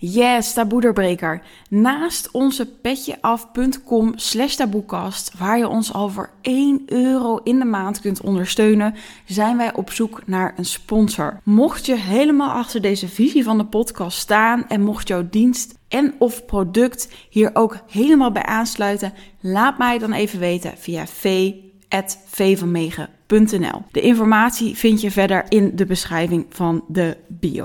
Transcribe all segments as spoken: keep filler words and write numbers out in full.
Yes, taboe-doorbreker. Naast onze petjeaf.com slash taboekast, waar je ons al voor één euro in de maand kunt ondersteunen, zijn wij op zoek naar een sponsor. Mocht je helemaal achter deze visie van de podcast staan en mocht jouw dienst en of product hier ook helemaal bij aansluiten, laat mij dan even weten via v at v van megen punt n l. De informatie vind je verder in de beschrijving van de bio.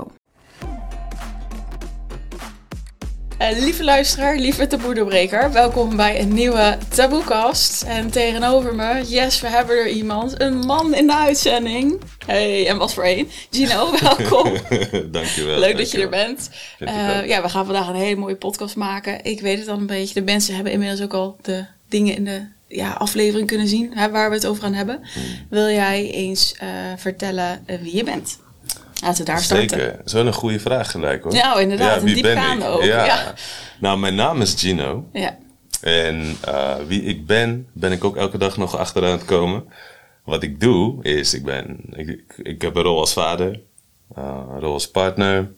Uh, lieve luisteraar, lieve taboe-doorbreker, welkom bij een nieuwe taboekast. En tegenover me, yes, we hebben er iemand, een man in de uitzending. Hey, en wat voor één. Gino, welkom. Dankjewel. Leuk dat dankjewel. je er bent. Uh, ja, we gaan vandaag een hele mooie podcast maken. Ik weet het al een beetje. De mensen hebben inmiddels ook al de dingen in de ja, aflevering kunnen zien, hè, waar we het over gaan hebben. Hmm. Wil jij eens uh, vertellen uh, wie je bent? Laten we daar starten. Zeker. Dat is wel een goede vraag gelijk hoor. Nou, inderdaad. Ja, wie een diepgaande ben ik? ook. Ja. Ja. Nou, mijn naam is Gino. Ja. En uh, wie ik ben, ben ik ook elke dag nog achteraan het komen. Wat ik doe, is, ik ben, ik, ik, ik heb een rol als vader, uh, een rol als partner.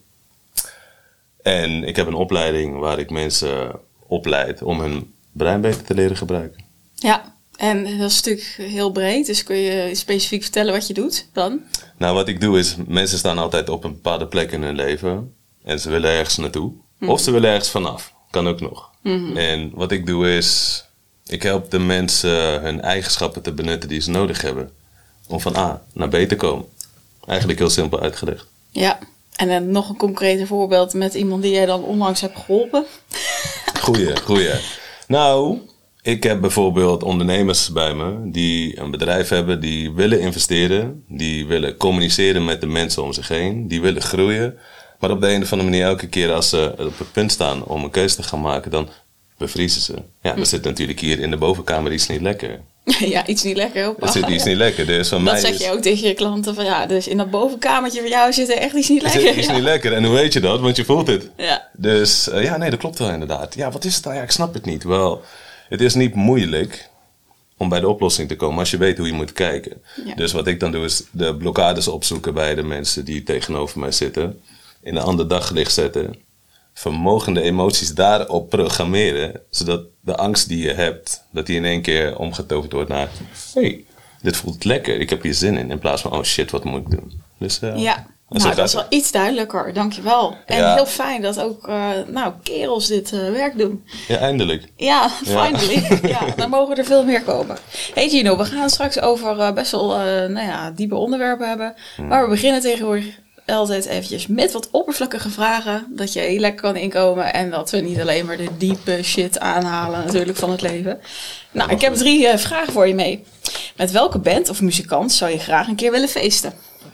En ik heb een opleiding waar ik mensen opleid om hun brein beter te leren gebruiken. Ja. En dat is natuurlijk heel breed, dus kun je specifiek vertellen wat je doet dan? Nou, wat ik doe is, mensen staan altijd op een bepaalde plek in hun leven. En ze willen ergens naartoe. Mm-hmm. Of ze willen ergens vanaf. Kan ook nog. Mm-hmm. En wat ik doe is, ik help de mensen hun eigenschappen te benutten die ze nodig hebben. Om van A naar B te komen. Eigenlijk heel simpel uitgelegd. Ja, en dan nog een concreter voorbeeld met iemand die jij dan onlangs hebt geholpen. Goeie, goeie. Nou, ik heb bijvoorbeeld ondernemers bij me die een bedrijf hebben, die willen investeren, die willen communiceren met de mensen om zich heen, die willen groeien. Maar op de een of andere manier elke keer als ze op het punt staan om een keuze te gaan maken, dan bevriezen ze. Ja, dan zit natuurlijk hier in de bovenkamer iets niet lekker. Ja, iets niet lekker. Opa. Er zit iets niet lekker. Dus van dat mij zeg is, je ook tegen je klanten van ja, dus in dat bovenkamertje van jou zit er echt iets niet lekker. Er zit iets ja. niet lekker. En hoe weet je dat? Want je voelt het. Ja. Dus uh, ja, nee, dat klopt wel inderdaad. Ja, wat is het dan? Ja, ik snap het niet. Wel, het is niet moeilijk om bij de oplossing te komen als je weet hoe je moet kijken. Ja. Dus wat ik dan doe is de blokkades opzoeken bij de mensen die tegenover mij zitten. In een ander daglicht zetten. Vermogende emoties daarop programmeren. Zodat de angst die je hebt, dat die in één keer omgetoverd wordt naar hey, dit voelt lekker, ik heb hier zin in. In plaats van, oh shit, wat moet ik doen? Dus, uh, ja, nou, dat is wel iets duidelijker, dankjewel. En ja. Heel fijn dat ook uh, nou, kerels dit uh, werk doen. Ja, eindelijk. Ja, finally. Ja. Ja, dan mogen er veel meer komen. Hey Gino, we gaan straks over uh, best wel uh, nou ja, diepe onderwerpen hebben. Hmm. Maar we beginnen tegenwoordig altijd eventjes met wat oppervlakkige vragen. Dat je heel lekker kan inkomen. En dat we niet alleen maar de diepe shit aanhalen natuurlijk van het leven. Nou, ik heb drie uh, vragen voor je mee. Met welke band of muzikant zou je graag een keer willen feesten?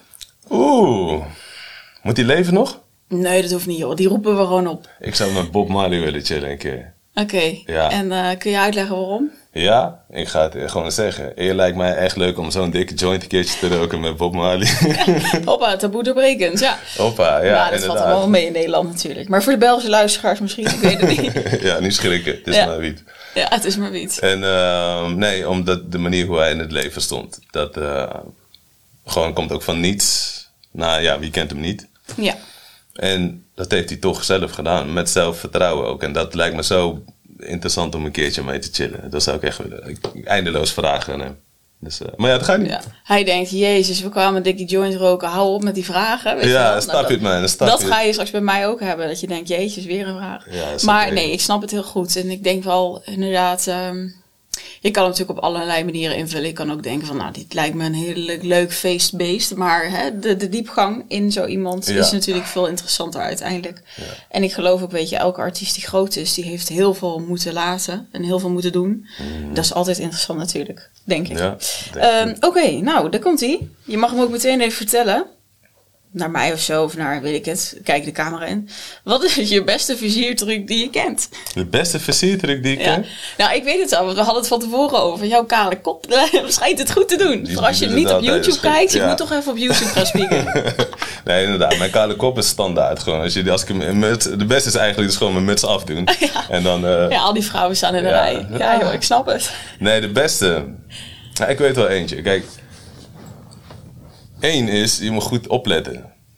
Oeh. Moet die leven nog? Nee, dat hoeft niet joh. Die roepen we gewoon op. Ik zou met Bob Marley willen chillen een keer. Oké. Okay. Ja. En uh, kun je uitleggen waarom? Ja, ik ga het gewoon zeggen. Het lijkt mij echt leuk om zo'n dikke joint een keertje te roken met Bob Marley. Hoppa, taboe doorbrekend, ja. Hoppa, ja, nou, dat valt allemaal wel mee in Nederland natuurlijk. Maar voor de Belgische luisteraars misschien, ik weet het niet. Ja, niet schrikken. Het is ja. maar wiet. Ja, het is maar wiet. En uh, nee, omdat de manier hoe hij in het leven stond. Dat uh, gewoon komt ook van niets. Nou ja, wie kent hem niet? Ja. En dat heeft hij toch zelf gedaan. Met zelfvertrouwen ook. En dat lijkt me zo interessant om een keertje mee te chillen. Dat zou ik echt willen. Ik, eindeloos vragen. Hè. Dus, uh, maar ja, dat gaat niet. Ja. Hij denkt, jezus, we kwamen dikke joint roken. Hou op met die vragen. Weet ja, je stap nou, je het man. Dat, dat ga je straks bij mij ook hebben. Dat je denkt, jezus, weer een vraag. Ja, maar okay. Nee, ik snap het heel goed. En ik denk wel inderdaad... Um, je kan het natuurlijk op allerlei manieren invullen. Ik kan ook denken van, nou, dit lijkt me een heel leuk feestbeest. Maar hè, de, de diepgang in zo iemand ja. is natuurlijk veel interessanter uiteindelijk. Ja. En ik geloof ook, weet je, elke artiest die groot is, die heeft heel veel moeten laten en heel veel moeten doen. Mm. Dat is altijd interessant natuurlijk, denk ik. Ja, um, Oké, okay, nou, daar komt ie. Je mag hem ook meteen even vertellen. Naar mij of zo, of naar, weet ik het, kijk de camera in. Wat is je beste versiertruc die je kent? De beste versiertruc die ik ja. ken? Nou, ik weet het al, want we hadden het van tevoren over. Jouw kale kop schijnt het goed te doen. Die, Voor als je niet op YouTube kijkt, ja. Je moet toch even op YouTube gaan spieken. Nee, inderdaad. Mijn kale kop is standaard. Gewoon. Als je, als ik een muts, de beste is eigenlijk dus gewoon mijn muts afdoen. Ja. En dan, uh, ja, al die vrouwen staan in de ja. rij. Ja, joh, ik snap het. Nee, de beste... Ja, ik weet wel eentje. Kijk... Eén is, je moet goed opletten.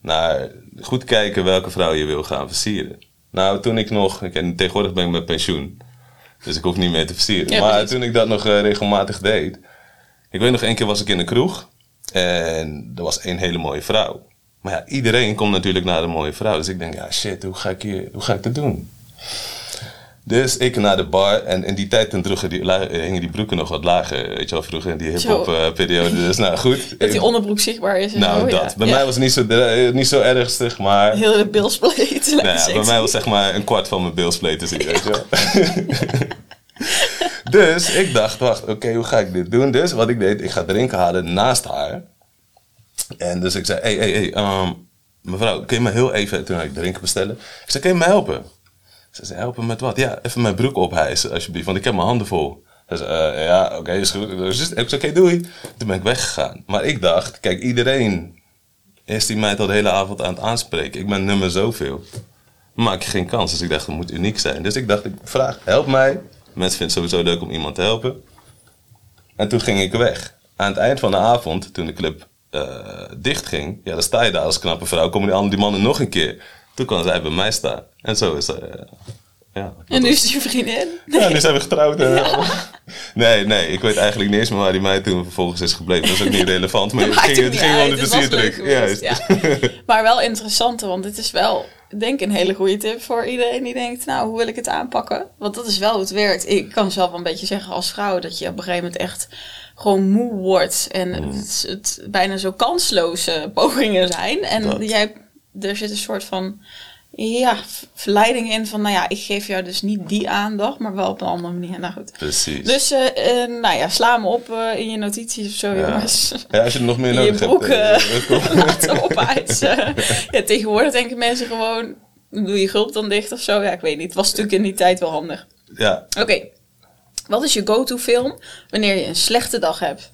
naar goed kijken welke vrouw je wil gaan versieren. Nou, toen ik nog... Ik, tegenwoordig ben ik met pensioen. Dus ik hoef niet meer te versieren. Ja, maar precies. Toen ik dat nog uh, regelmatig deed... Ik weet nog, één keer was ik in een kroeg. En er was één hele mooie vrouw. Maar ja, iedereen komt natuurlijk naar een mooie vrouw. Dus ik denk, ja shit, hoe ga ik, hier, hoe ga ik dat doen? Dus ik naar de bar. En in die tijd toen droegen die, hingen die broeken nog wat lager. Weet je wel, vroeger in die hip-hop uh, periode. Dus nou goed. Dat die onderbroek zichtbaar is. En nou, zo, dat. Ja. Bij ja. mij was het niet zo, niet zo ernstig, maar... Heel de bilspleet. Nou ja, bij mij was zeg maar een kwart van mijn bilspleet te zien, ja. Weet je wel. Dus ik dacht, wacht, oké, okay, hoe ga ik dit doen? Dus wat ik deed, ik ga drinken halen naast haar. En dus ik zei, hé, hé, hé, mevrouw, kun je me heel even... Toen had ik drinken bestellen. Ik zei, kun je me helpen? Ze zei, helpen met wat? Ja, even mijn broek ophijsen, alsjeblieft, want ik heb mijn handen vol. Ze zei, uh, ja, oké, okay, is goed. Dus ik zei, oké, okay, doei. Toen ben ik weggegaan. Maar ik dacht, kijk, iedereen is die meid al de hele avond aan het aanspreken. Ik ben nummer zoveel. Dan maak je geen kans. Dus ik dacht, het moet uniek zijn. Dus ik dacht, ik vraag, help mij. Mensen vinden het sowieso leuk om iemand te helpen. En toen ging ik weg. Aan het eind van de avond, toen de club uh, dicht ging... Ja, dan sta je daar als knappe vrouw. Komen die, die mannen nog een keer. Toen kon zij bij mij staan. En zo is dat... Uh, ja, en nu is het je vriendin? Ja, nu zijn we getrouwd. En ja. Nee, nee, ik weet eigenlijk niet eens meer waar die mij toen vervolgens is gebleven. Dat is ook niet relevant. Maar het ging, het ging gewoon de versiertruk. Juist. Ja. Maar wel interessant, want dit is wel... Ik denk een hele goede tip voor iedereen die denkt, nou, hoe wil ik het aanpakken? Want dat is wel hoe het werkt. Ik kan zelf wel een beetje zeggen als vrouw dat je op een gegeven moment echt gewoon moe wordt. En mm. het, het bijna zo kansloze pogingen zijn. En dat. jij, er zit een soort van, ja, verleiding in van, nou ja, ik geef jou dus niet die aandacht, maar wel op een andere manier. Nou goed. Precies. Dus, uh, uh, nou ja, sla me op uh, in je notities of zo, ja. jongens. Ja, als je er nog meer nodig je broek, hebt. Uh, uh, laten ophijsen. Ja, tegenwoordig denken mensen gewoon, doe je gulp dan dicht of zo. Ja, ik weet niet. Het was natuurlijk in die tijd wel handig. Ja. Oké. Okay. Wat is je go-to film wanneer je een slechte dag hebt?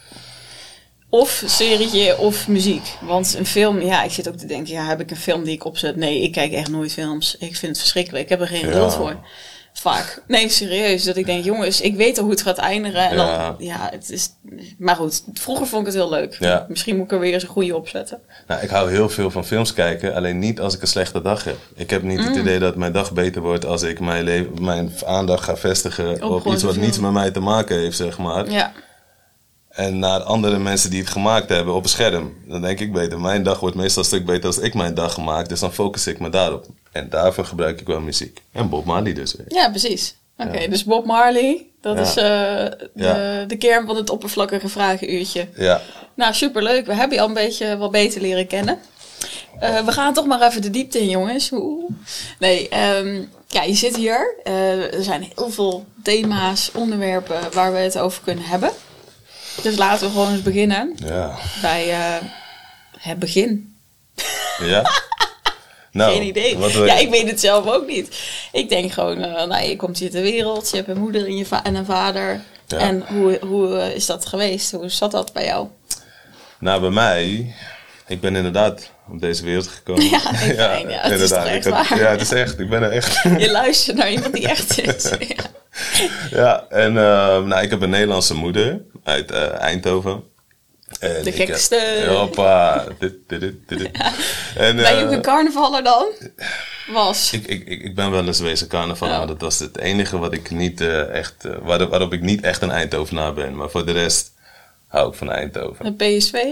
Of serietje of muziek. Want een film, ja, ik zit ook te denken, ja, heb ik een film die ik opzet? Nee, ik kijk echt nooit films. Ik vind het verschrikkelijk. Ik heb er geen geduld ja. voor. Vaak. Nee, serieus. Dat ik denk, jongens, ik weet al hoe het gaat eindigen. En ja. dan, ja, het is... Maar goed, vroeger vond ik het heel leuk. Ja. Misschien moet ik er weer eens een goede opzetten. Nou, ik hou heel veel van films kijken. Alleen niet als ik een slechte dag heb. Ik heb niet mm. het idee dat mijn dag beter wordt als ik mijn, leven, mijn aandacht ga vestigen op, op iets wat niets met mij te maken heeft, zeg maar. Ja. En naar andere mensen die het gemaakt hebben op een scherm. Dan denk ik beter. Mijn dag wordt meestal een stuk beter als ik mijn dag gemaakt. Dus dan focus ik me daarop. En daarvoor gebruik ik wel muziek. En Bob Marley dus weer. Ja, precies. Oké, okay, ja. Dus Bob Marley. Dat ja. is uh, de, ja. de kern van het oppervlakkige vragenuurtje. Ja. Nou, superleuk. We hebben je al een beetje wat beter leren kennen. Uh, we gaan toch maar even de diepte in, jongens. Oeh. Nee, um, ja, je zit hier. Uh, er zijn heel veel thema's, onderwerpen waar we het over kunnen hebben. Dus laten we gewoon eens beginnen. Ja. Bij uh, het begin. Ja? Nou, geen idee. Ja, ik weet het zelf ook niet. Ik denk gewoon, uh, nou, je komt hier ter wereld. Je hebt een moeder en, je va- en een vader. Ja. En hoe, hoe uh, is dat geweest? Hoe zat dat bij jou? Nou, bij mij... Ik ben inderdaad op deze wereld gekomen. Ja, nee, ja, fijn, ja, het inderdaad. Is echt had, ja, het is echt. Ik ben er echt. Je luistert naar iemand die echt is. Ja, ja en uh, nou, ik heb een Nederlandse moeder uit uh, Eindhoven. En de gekste. Heb, hoppa. Dit, dit, dit, dit. Ja. En, ben je ook een carnavaller dan? Was. Ik, ik, ik ben wel eens wezen carnavaller. Oh. Dat was het enige wat ik niet uh, echt... Uh, waarop, waarop ik niet echt een Eindhovenaar ben. Maar voor de rest hou ik van Eindhoven. Een P S V?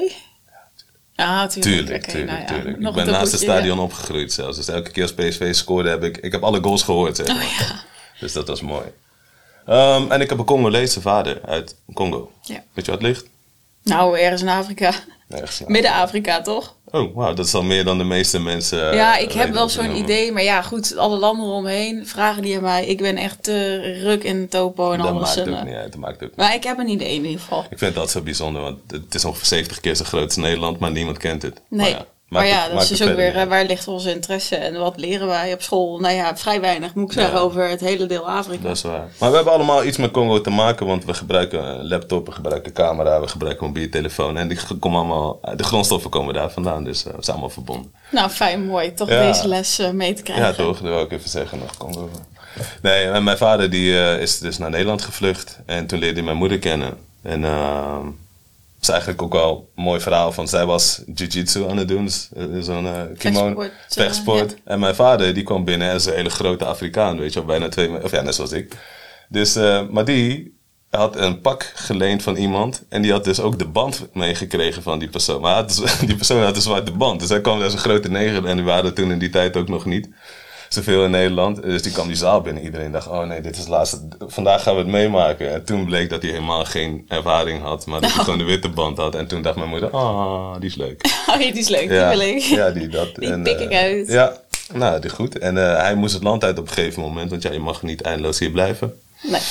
Ja, tuurlijk. Tuurlijk, okay, tuurlijk, nou ja, tuurlijk. Ik ben naast het stadion ja. opgegroeid zelfs. Dus elke keer als P S V scoorde heb ik... Ik heb alle goals gehoord, zeg maar. Oh, ja. Dus dat was mooi. Um, en ik heb een Congolese vader uit Congo. Ja. Weet je wat het ligt? Nou, ergens in Afrika. Ergens in Midden-Afrika, toch? Oh, wauw. Dat is al meer dan de meeste mensen... Ja, ik uh, heb wel zo'n idee. Maar ja, goed. Alle landen eromheen vragen die aan mij. Ik ben echt te uh, ruk in topo en dat alles. Maakt en, ook niet uit, dat maakt ook niet. Maar ik heb een idee in ieder geval. Ik vind het altijd zo bijzonder. Want het is ongeveer zeventig keer zo groot als Nederland. Maar niemand kent het. Nee. Maar ja. Maar ja, het, dat is dus ook weer, uh, waar ligt onze interesse en wat leren wij op school? Nou ja, vrij weinig moet ik zeggen ja. over het hele deel Afrika. Dat is waar. Maar we hebben allemaal iets met Congo te maken, want we gebruiken een laptop, we gebruiken camera, we gebruiken een mobiele telefoon. En die komen allemaal, de grondstoffen komen daar vandaan, dus uh, we zijn allemaal verbonden. Nou, fijn, mooi. Toch ja. deze les uh, mee te krijgen. Ja, toch. Dat wil ik even zeggen nog Congo. Nee, en mijn vader die uh, is dus naar Nederland gevlucht en toen leerde hij mijn moeder kennen. En... Uh, is eigenlijk ook wel een mooi verhaal. Van zij was jiu-jitsu aan het doen. Dus, uh, zo'n uh, kimono. Vechtsport. Uh, ja. En mijn vader die kwam binnen. En is een hele grote Afrikaan. Weet je wel. Bijna twee meter. Of ja, net zoals ik. Dus, uh, maar die had een pak geleend van iemand. En die had dus ook de band meegekregen van die persoon. Maar had dus, die persoon had een zwarte band. Dus hij kwam als een grote neger. En die waren toen in die tijd ook nog niet zoveel in Nederland. Dus die kwam die zaal binnen. Iedereen dacht, oh nee, dit is het laatste. Vandaag gaan we het meemaken. En toen bleek dat hij helemaal geen ervaring had. Maar dat hij oh. gewoon de witte band had. En toen dacht mijn moeder, ah, oh, die is leuk. Oh, die is leuk, ja, die wil ik. Ja, die dat. Die en, pik ik uh, uit. Ja, nou, die goed. En uh, hij moest het land uit op een gegeven moment. Want ja, je mag niet eindeloos hier blijven. Nee.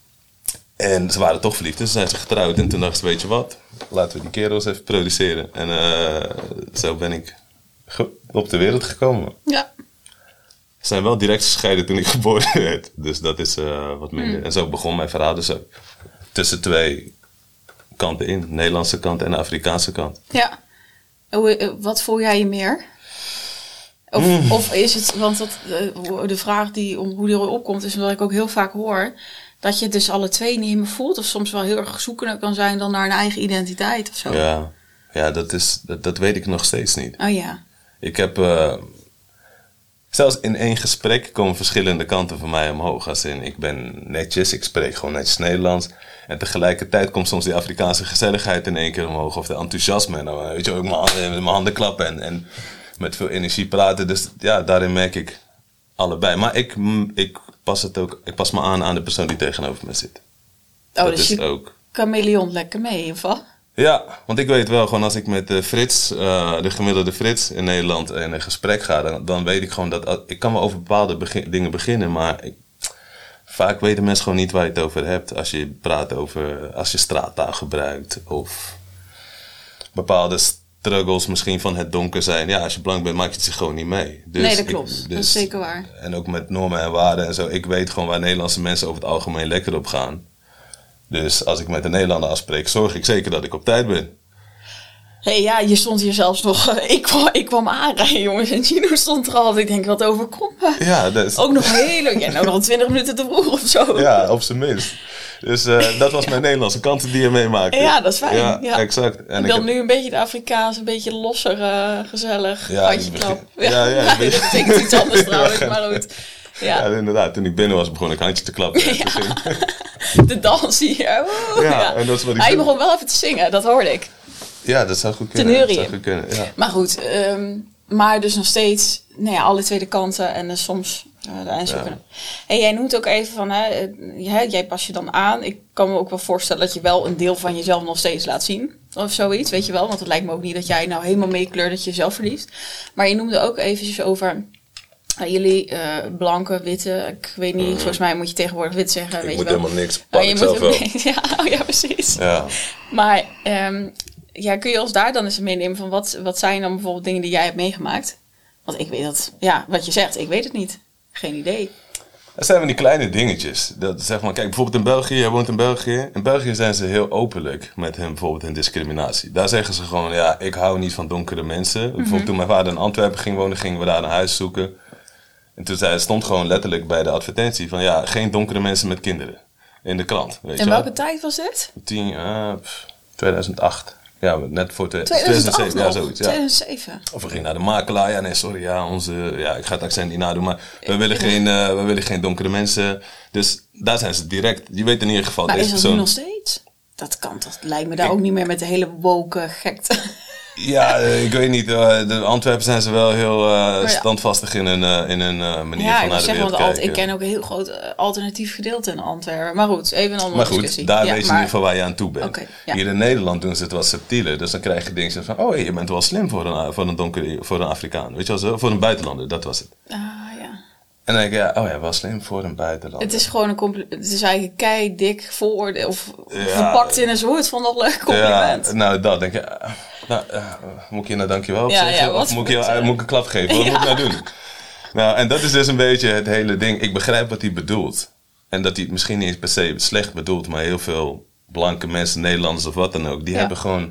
En ze waren toch verliefd. Dus zijn ze getrouwd. En toen dacht ze, weet je wat? Laten we die kerels even produceren. En uh, zo ben ik op de wereld gekomen. Ja. Ze zijn wel direct gescheiden toen ik geboren werd. Dus dat is uh, wat minder. Mm. En zo begon mijn verhaal dus ook. Tussen twee kanten in. De Nederlandse kant en de Afrikaanse kant. Ja. Wat voel jij je meer? Of, mm. of is het... Want dat, de vraag die, om hoe die er opkomt is wat ik ook heel vaak hoor. Dat je het dus alle twee niet meer voelt. Of soms wel heel erg zoekender kan zijn dan naar een eigen identiteit of zo. Ja, ja dat, is, dat, dat weet ik nog steeds niet. Oh ja. Ik heb... Uh, Zelfs in één gesprek komen verschillende kanten van mij omhoog. Als in, ik ben netjes, ik spreek gewoon netjes Nederlands. En tegelijkertijd komt soms die Afrikaanse gezelligheid in één keer omhoog. Of de enthousiasme. En dan weet je ook mijn handen, mijn handen klappen en, en met veel energie praten. Dus ja, daarin merk ik allebei. Maar ik, ik, pas, het ook, ik pas me aan aan de persoon die tegenover me zit. Oh, dat dus is je ook chameleon lekker mee, of wat? Ja, want ik weet wel, gewoon als ik met uh, Frits, uh, de gemiddelde Frits in Nederland in een gesprek ga, dan, dan weet ik gewoon dat, uh, ik kan wel over bepaalde begin, dingen beginnen, maar ik, vaak weten mensen gewoon niet waar je het over hebt als je praat over, als je straattaal gebruikt of bepaalde struggles misschien van het donker zijn. Ja, als je blank bent maak je het zich gewoon niet mee. Dus nee, dat klopt. Ik, dus, dat is zeker waar. En ook met normen en waarden en zo. Ik weet gewoon waar Nederlandse mensen over het algemeen lekker op gaan. Dus als ik met een Nederlander afspreek, zorg ik zeker dat ik op tijd ben. Hé, hey, ja, je stond hier zelfs nog... Uh, ik, kwam, ik kwam aanrijden, jongens. En Gino stond er al. Ik denk, wat overkomt me? Ja, dat is... Ook nog heel... Ja, nou nog twintig minuten te vroeg of zo. Ja, op zijn minst. Dus uh, dat was mijn Nederlandse kant die je meemaakte. Ja, dat is fijn. Ja, ja. Exact. En ik dan heb... nu een beetje de Afrikaanse, een beetje losser, uh, gezellig. Ja, handje klap. Ja, ja, ja, ja, ja dat betekent iets anders trouwens, maar goed. Ja. ja, inderdaad. Toen ik binnen was, begon ik handje te klappen. Ja. De dans hier. Oeh, ja, ja. En dat is wat ik Hij begon wel even te zingen, dat hoorde ik. Ja, dat zou goed kunnen. Dat zou goed kunnen, ja. Maar goed, um, maar dus nog steeds, nou ja, alle twee de kanten en uh, soms uh, de eindzoeken. Ja. En jij noemt ook even van, hè, jij, jij pas je dan aan. Ik kan me ook wel voorstellen dat je wel een deel van jezelf nog steeds laat zien. Of zoiets, weet je wel. Want het lijkt me ook niet dat jij nou helemaal meekleurt dat je jezelf verliest. Maar je noemde ook eventjes over... Uh, jullie uh, blanke, witte, ik weet niet, mm. volgens mij moet je tegenwoordig wit zeggen. Ik weet moet je wel. helemaal niks, pak oh, ik zelf wel. Ja, oh ja, precies. Ja. Maar um, ja, kun je ons daar dan eens meenemen van wat, wat zijn dan bijvoorbeeld dingen die jij hebt meegemaakt? Want ik weet dat, ja, wat je zegt, ik weet het niet. Geen idee. Dat zijn van die kleine dingetjes. Dat, zeg maar, kijk, bijvoorbeeld in België, jij woont in België. In België zijn ze heel openlijk met hem, bijvoorbeeld in discriminatie. Daar zeggen ze gewoon, ja, ik hou niet van donkere mensen. Mm-hmm. Bijvoorbeeld toen mijn vader in Antwerpen ging wonen, gingen we daar een huis zoeken. En toen zei, stond gewoon letterlijk bij de advertentie van, ja, geen donkere mensen met kinderen. In de krant. Weet in je welke wel? tijd was dit? Tien, uh, tweeduizend acht. Ja, net voor de, tweeduizend acht tweeduizend zeven. Ja, zoiets. Ja. tweeduizend zeven. Of we gingen naar de makelaar. Ja, nee, sorry. Ja, onze, ja, ik ga het accent niet nadoen. Maar we willen, geen, uh, we willen geen donkere mensen. Dus daar zijn ze direct. Je weet in ieder geval. Maar deze is dat persoon... nu nog steeds? Dat kan toch. Lijkt me daar ik... ook niet meer met de hele woke gekte. Ja, ik weet niet. De Antwerpen zijn ze wel heel uh, ja. standvastig in hun, uh, in hun uh, manier ja, van naar de wereld kijken. Ik ken ook een heel groot uh, alternatief gedeelte in Antwerpen. Maar goed, even een andere maar goed, discussie. daar ja, weet je maar... in ieder geval waar je aan toe bent. Okay, ja. Hier in Nederland doen ze het wat subtieler. Dus dan krijg je dingen van, oh, je bent wel slim voor een, voor een donker, voor een Afrikaan. Weet je wel zo? Voor een buitenlander, dat was het. Ah, ja. En dan denk ik, ja, oh ja, wel slim voor een buitenlander. Het is gewoon een compliment. Het is eigenlijk kei dik vooroordeel. Of ja, verpakt in een soort van dat leuk compliment. Ja, nou, dat denk ik. Nou, uh, moet ik je nou dankjewel ja, zeggen? Ja, of moet ik, je, uh, moet ik een klap geven? Wat ja. moet ik nou doen? Nou, en dat is dus een beetje het hele ding. Ik begrijp wat hij bedoelt. En dat hij het misschien niet eens per se slecht bedoelt. Maar heel veel blanke mensen, Nederlanders of wat dan ook. Die ja. hebben gewoon...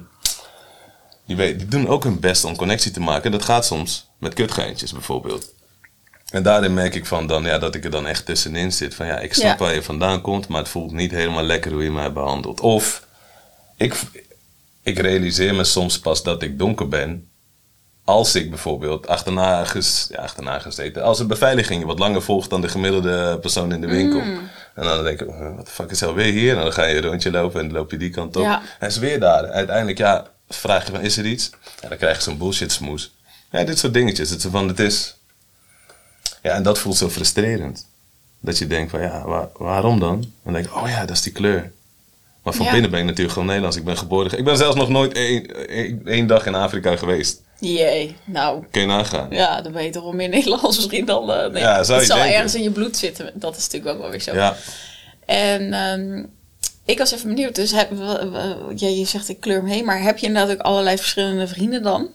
Die, weet, die doen ook hun best om connectie te maken. Dat gaat soms met kutgeintjes bijvoorbeeld. En daarin merk ik van dan, ja, dat ik er dan echt tussenin zit. Van ja, ik snap ja. waar je vandaan komt. Maar het voelt niet helemaal lekker hoe je mij behandelt. Of... ik ik realiseer me soms pas dat ik donker ben. Als ik bijvoorbeeld achterna, ges, ja, achterna gezeten... Als een beveiliging wat langer volgt dan de gemiddelde persoon in de winkel. Mm. En dan denk ik, wat de fuck is alweer hier? En dan ga je een rondje lopen en dan loop je die kant op. Ja. Hij is weer daar. Uiteindelijk, ja, vraag je van, is er iets? En dan krijg je zo'n bullshit smoes. Ja, dit soort dingetjes. Het is van, het is... Ja, en dat voelt zo frustrerend. Dat je denkt van, ja, waar, waarom dan? En dan denk ik, oh ja, dat is die kleur. Maar van ja. binnen ben ik natuurlijk gewoon Nederlands. Ik ben geboren... Ik ben zelfs nog nooit één, één, één dag in Afrika geweest. Jee, nou. Kun je nagaan. Ja, dan ben je toch wel meer Nederlands misschien dan... Uh, nee. Ja, zou je Het zal denken. ergens in je bloed zitten. Dat is natuurlijk ook wel weer zo. Ja. En um, ik was even benieuwd. Dus heb, uh, uh, ja, je zegt ik kleur me heen. Maar heb je inderdaad ook allerlei verschillende vrienden dan?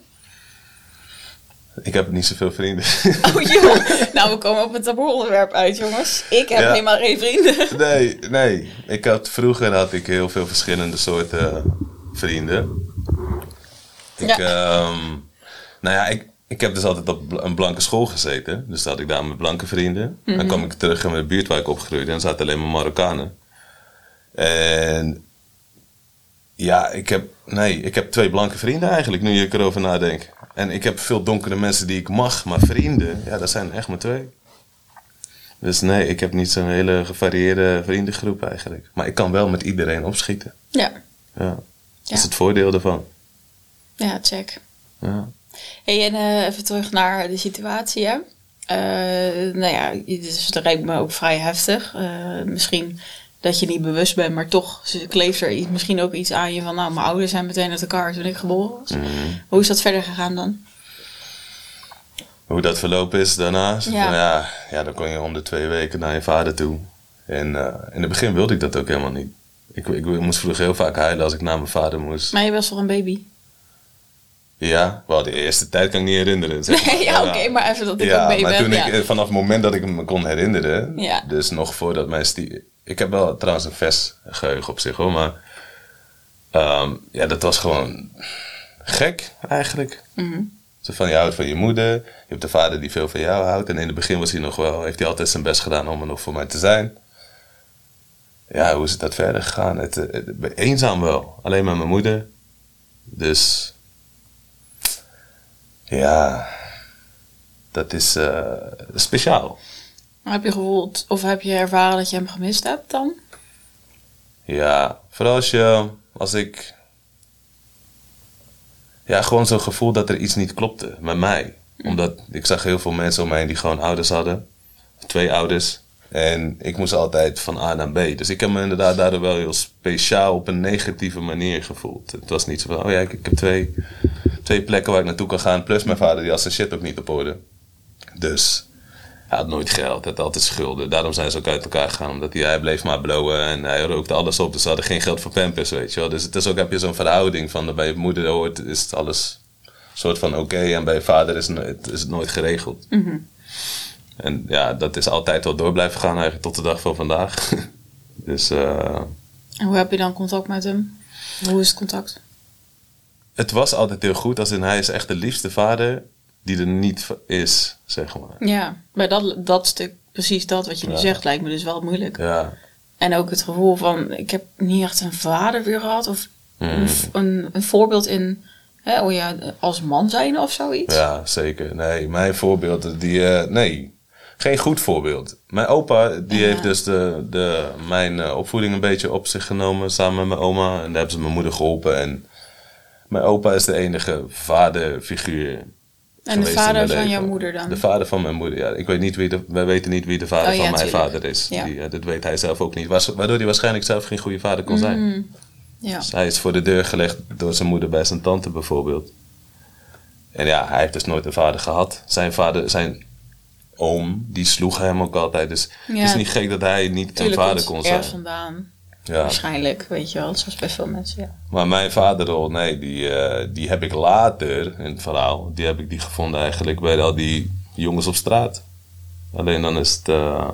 Ik heb niet zoveel vrienden. Oh joh. Nou, we komen op het taboe-onderwerp uit, jongens. Ik heb ja. helemaal geen vrienden. Nee, nee. Ik had, vroeger had ik heel veel verschillende soorten vrienden. Ik, ja. Um, nou ja, ik, ik heb dus altijd op een blanke school gezeten. Dus dan had ik daar met blanke vrienden. Mm-hmm. Dan kwam ik terug in mijn buurt waar ik opgegroeid. En er zaten alleen maar Marokkanen. En ja, ik heb, nee, ik heb twee blanke vrienden eigenlijk, nu ik erover nadenk. En ik heb veel donkere mensen die ik mag, maar vrienden, ja, dat zijn echt maar twee. Dus nee, ik heb niet zo'n hele gevarieerde vriendengroep eigenlijk. Maar ik kan wel met iedereen opschieten. Ja. Ja, dat ja. is het voordeel ervan. Ja, check. Ja. Hey, en uh, even terug naar de situatie, hè. Uh, nou ja, dus dat lijkt me ook vrij heftig. Uh, misschien dat je niet bewust bent, maar toch kleeft er iets, misschien ook iets aan je van... nou, mijn ouders zijn meteen uit elkaar toen ik geboren was. Mm-hmm. Hoe is dat verder gegaan dan? Hoe dat verlopen is daarna? Ja. Van, ja, ja, dan kon je om de twee weken naar je vader toe. En uh, in het begin wilde ik dat ook helemaal niet. Ik, ik, ik moest vroeger heel vaak huilen als ik naar mijn vader moest. Maar je was toch een baby? Ja, wel de eerste tijd kan ik niet herinneren. Zeg maar. Nee, ja, oké, okay, maar even dat ik ja, ook mee maar ben. Toen ja. ik, vanaf het moment dat ik me kon herinneren, ja. dus nog voordat mijn stier... Ik heb wel trouwens een vers geheugen op zich hoor, maar um, ja, dat was gewoon gek eigenlijk. Mm-hmm. Zo van, je houdt van je moeder, je hebt de vader die veel van jou houdt. En in het begin was hij nog wel, heeft hij altijd zijn best gedaan om er nog voor mij te zijn. Ja, hoe is het dat verder gegaan? Het, het, het, eenzaam wel, alleen met mijn moeder. Dus ja, dat is uh, speciaal. Heb je gevoeld of heb je ervaren dat je hem gemist hebt dan? Ja, vooral als je, als ik... Ja, gewoon zo'n gevoel dat er iets niet klopte met mij. Mm. Omdat ik zag heel veel mensen om me heen die gewoon ouders hadden. Twee ouders. En ik moest altijd van A naar B. Dus ik heb me inderdaad daardoor wel heel speciaal op een negatieve manier gevoeld. Het was niet zo van, oh ja, ik, ik heb twee, twee plekken waar ik naartoe kan gaan. Plus mijn vader die had zijn shit ook niet op orde. Dus... Hij had nooit geld, hij had altijd schulden. Daarom zijn ze ook uit elkaar gegaan. Omdat hij, hij bleef maar blowen en hij rookte alles op. Dus ze hadden geen geld voor Pampers, weet je wel. Dus het is ook, heb je zo'n verhouding van... Bij je moeder hoort, is het alles soort van oké. Okay, en bij je vader is het, is het nooit geregeld. Mm-hmm. En ja, dat is altijd wel door blijven gaan eigenlijk tot de dag van vandaag. Dus... Uh, en hoe heb je dan contact met hem? Hoe is het contact? Het was altijd heel goed. Als in, hij is echt de liefste vader... die er niet is, zeg maar. Ja, maar dat, dat stuk, precies dat wat je nu ja. zegt, lijkt me dus wel moeilijk. Ja. En ook het gevoel van, ik heb niet echt een vader weer gehad, of mm. een, een, een voorbeeld in, hè, oh ja, als man zijn of zoiets. Ja, zeker. Nee, mijn voorbeeld, die, uh, nee, geen goed voorbeeld. Mijn opa, die ja. heeft dus de, de, mijn uh, opvoeding een beetje op zich genomen, samen met mijn oma. En daar hebben ze mijn moeder geholpen. En mijn opa is de enige vaderfiguur. En de vader van jouw moeder dan? De vader van mijn moeder, ja. Ik weet niet wie de, wij weten niet wie de vader oh, van ja, mijn tuurlijk. vader is. Ja. Die, uh, dat weet hij zelf ook niet. Waardoor hij waarschijnlijk zelf geen goede vader kon zijn. Mm, ja. Dus hij is voor de deur gelegd door zijn moeder bij zijn tante bijvoorbeeld. En ja, hij heeft dus nooit een vader gehad. Zijn vader, zijn oom, die sloeg hem ook altijd. Dus ja. het is niet gek dat hij niet tuurlijk een vader kon zijn. Er vandaan. Ja. Waarschijnlijk, weet je wel, zoals bij veel mensen, ja. Maar mijn vaderrol, nee, die, uh, die heb ik later in het verhaal, die heb ik die gevonden eigenlijk bij al die jongens op straat. Alleen dan is het, uh,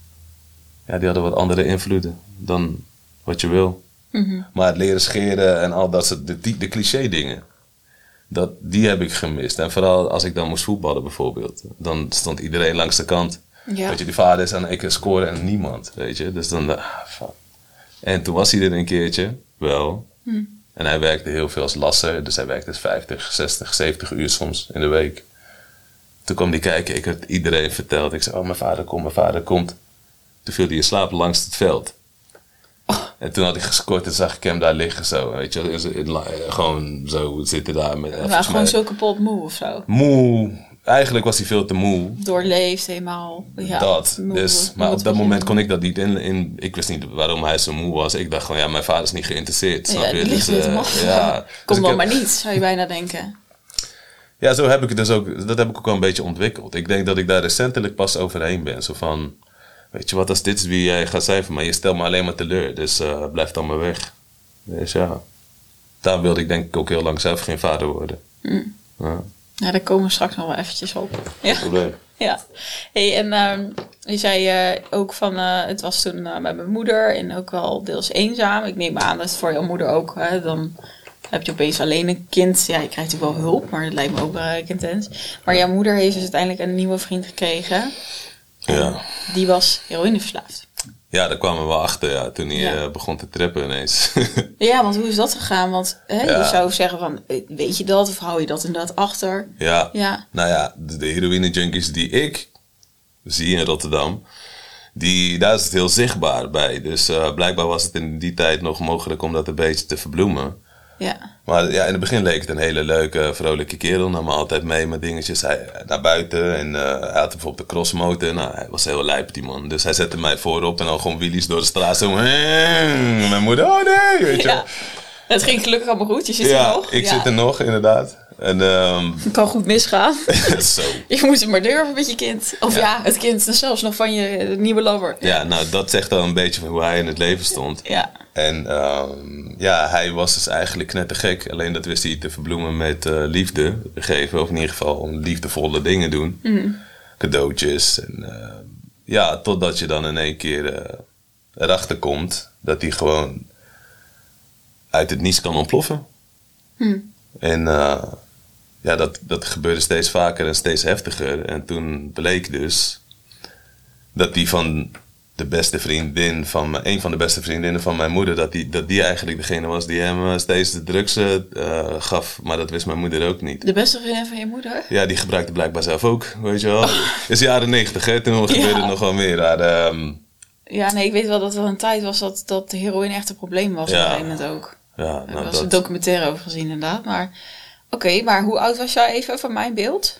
ja, die hadden wat andere invloeden dan wat je wil. Mm-hmm. Maar het leren scheren en al dat soort, de, de cliché dingen, dat, die heb ik gemist. En vooral als ik dan moest voetballen bijvoorbeeld, dan stond iedereen langs de kant. Ja. Weet je, die vader is en ik scoren en niemand, weet je. Dus dan, ah, fuck. En toen was hij er een keertje, wel. Hm. En hij werkte heel veel als lasser. Dus hij werkte vijftig, zestig, zeventig uur soms in de week. Toen kwam hij kijken. Ik had iedereen verteld. Ik zei, oh, mijn vader komt, mijn vader komt. Toen viel hij in slaap langs het veld. Oh. En toen had ik gescoord en zag ik hem daar liggen zo. Weet je, gewoon zo zitten daar. Met, hij was gewoon mij, zo kapot moe of zo? Moe. Eigenlijk was hij veel te moe. Doorleefd helemaal. Ja, dat. Moe, dus, maar op dat moment kon ik dat niet in, in. Ik wist niet waarom hij zo moe was. Ik dacht gewoon, ja, mijn vader is niet geïnteresseerd. Snap ja, je? Dus, uh, ja. Kom dus dan heb, maar niet, zou je bijna denken. Ja, zo heb ik het dus ook. Dat heb ik ook wel een beetje ontwikkeld. Ik denk dat ik daar recentelijk pas overheen ben. Zo van, weet je wat, als dit is wie jij gaat zijn voor mij. Je stelt me alleen maar teleur. Dus uh, blijf dan maar weg. Dus ja. Daar wilde ik denk ik ook heel lang zelf geen vader worden. Mm. Ja. Ja, daar komen we straks nog wel eventjes op. Ja. Probleem. Ja. Hey, en uh, je zei uh, ook van, uh, het was toen uh, met mijn moeder en ook wel deels eenzaam. Ik neem aan dat het voor jouw moeder ook, hè, dan heb je opeens alleen een kind. Ja, je krijgt natuurlijk wel hulp, maar dat lijkt me ook wel uh, intens. Maar jouw moeder heeft dus uiteindelijk een nieuwe vriend gekregen. Ja. Die was heroïneverslaafd. Ja, daar kwamen we wel achter, ja, toen hij ja. uh, begon te trippen ineens. Ja, want hoe is dat gegaan? Want hè, ja. je zou zeggen van, weet je dat of hou je dat inderdaad achter? Ja, ja. nou ja, de, de heroïne junkies die ik zie in Rotterdam, die, daar is het heel zichtbaar bij. Dus uh, blijkbaar was het in die tijd nog mogelijk om dat een beetje te verbloemen. Ja. Maar ja, in het begin leek het een hele leuke, vrolijke kerel. Nam me altijd mee met dingetjes hij, naar buiten. En uh, hij had bijvoorbeeld de crossmotor. Nou, hij was heel lijp, die man. Dus hij zette mij voorop en dan gewoon wheelies door de straat. Zo, mijn moeder, oh nee, weet je ja. Het ging gelukkig allemaal goed. Je zit ja, er nog. Ik ja, zit er nog, inderdaad. En, um, het kan goed misgaan. Zo. Je moet het maar durven met je kind. Of ja, ja het kind is zelfs nog van je nieuwe lover. Ja, nou, dat zegt dan een beetje van hoe hij in het leven stond. Ja. En um, ja, hij was dus eigenlijk knettergek. Alleen dat wist hij te verbloemen met uh, liefde geven. Of in ieder geval liefdevolle dingen doen. Mm. Cadeautjes. En uh, ja, totdat je dan in één keer uh, erachter komt dat hij gewoon uit het niets kan ontploffen. Mm. En uh, ja, dat, dat gebeurde steeds vaker en steeds heftiger. En toen bleek dus dat die van de beste vriendin van me, een van de beste vriendinnen van mijn moeder, dat die, dat die eigenlijk degene was die hem steeds de drugs uh, gaf. Maar dat wist mijn moeder ook niet. De beste vriendin van je moeder? Ja, die gebruikte blijkbaar zelf ook, weet je wel. Het is jaren negentig, hè? Toen gebeurde ja. het nog wel meer. Maar, um, ja, nee, ik weet wel dat er een tijd was dat, dat de heroïne echt een probleem was. Ja. Op een gegeven moment ook. Ja, nou, er was dat... een documentaire over gezien inderdaad. Maar oké, okay, maar hoe oud was jij even van mijn beeld?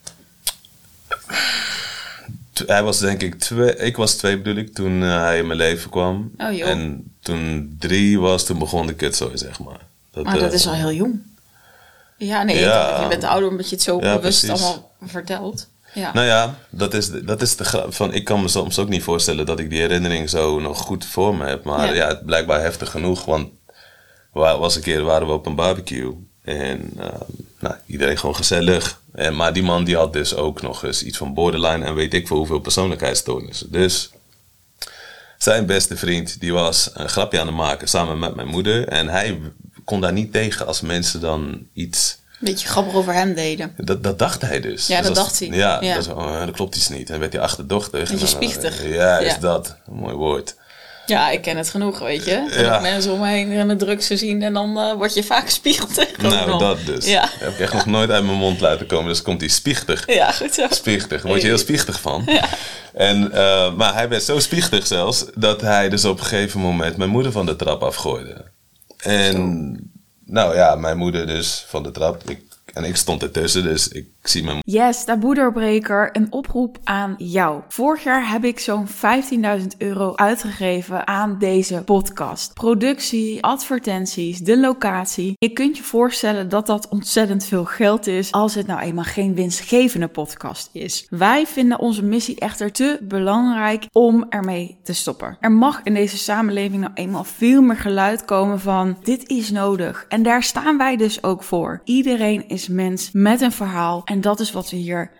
Hij was denk ik twee, ik was twee bedoel ik, toen uh, hij in mijn leven kwam. Oh, joh. En toen drie was, toen begon de kutzooi, zeg maar. Dat, maar dat uh, is al heel jong. Ja, nee, ja, je bent ouder omdat je het zo ja, bewust precies. allemaal vertelt. Ja. Nou ja, dat is, dat is de grap van, ik kan me soms ook niet voorstellen dat ik die herinnering zo nog goed voor me heb. Maar ja, ja blijkbaar heftig genoeg, want was een keer waren we op een barbecue. En uh, nou, iedereen gewoon gezellig. En, maar die man die had dus ook nog eens iets van borderline en weet ik veel hoeveel persoonlijkheidsstoornissen. Dus zijn beste vriend die was een grapje aan het maken samen met mijn moeder. En hij kon daar niet tegen als mensen dan iets... Een beetje grappig over hem deden. Dat, dat dacht hij dus. Ja, dus dat als, dacht hij. Ja, ja. Dat, was, oh, dat klopt iets niet. En werd hij achterdochtig. Beetje spiechtig. Uh, ja, is ja. dat. Een mooi woord. Ja, ik ken het genoeg, weet je. En ja. mensen om me heen met drugs te zien en dan uh, word je vaak spiegeld. Nou, nog. dat dus. Ja. Dat heb ik echt nog nooit uit mijn mond laten komen. Dus komt hij spiechtig. Ja, goed zo. Spiechtig. Daar word je heel spiechtig van. Ja. En, uh, maar hij werd zo spiechtig zelfs, dat hij dus op een gegeven moment mijn moeder van de trap afgooide. En zo. Nou ja, mijn moeder dus van de trap. Ik, en ik stond ertussen, dus ik zie mijn... Yes, taboe-doorbreker, een oproep aan jou. Vorig jaar heb ik zo'n vijftienduizend euro uitgegeven aan deze podcast. Productie, advertenties, de locatie. Je kunt je voorstellen dat dat ontzettend veel geld is als het nou eenmaal geen winstgevende podcast is. Wij vinden onze missie echter te belangrijk om ermee te stoppen. Er mag in deze samenleving nou eenmaal veel meer geluid komen van dit is nodig. En daar staan wij dus ook voor. Iedereen is mens met een verhaal en dat is wat we hier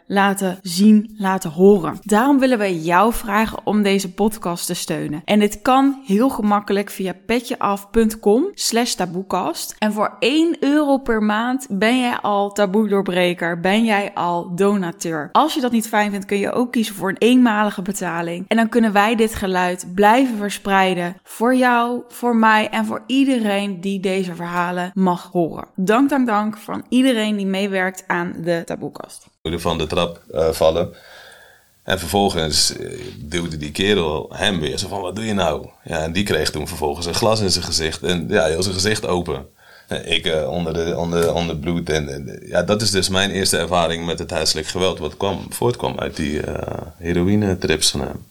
laten zien, laten horen. Daarom willen we jou vragen om deze podcast te steunen. En dit kan heel gemakkelijk via petjeaf.com slash taboekast. En voor één euro per maand ben jij al taboedoorbreker, ben jij al donateur. Als je dat niet fijn vindt, kun je ook kiezen voor een eenmalige betaling. En dan kunnen wij dit geluid blijven verspreiden voor jou, voor mij en voor iedereen die deze verhalen mag horen. Dank, dank, dank van iedereen die meewerkt aan de Taboekast. Van de trap uh, vallen. En vervolgens uh, duwde die kerel hem weer zo van, wat doe je nou? Ja, en die kreeg toen vervolgens een glas in zijn gezicht. En ja, heel zijn gezicht open. En ik uh, onder, de, onder, onder bloed. En, en ja, dat is dus mijn eerste ervaring met het huiselijk geweld. Wat kwam, voortkwam uit die uh, heroïne-trips van hem.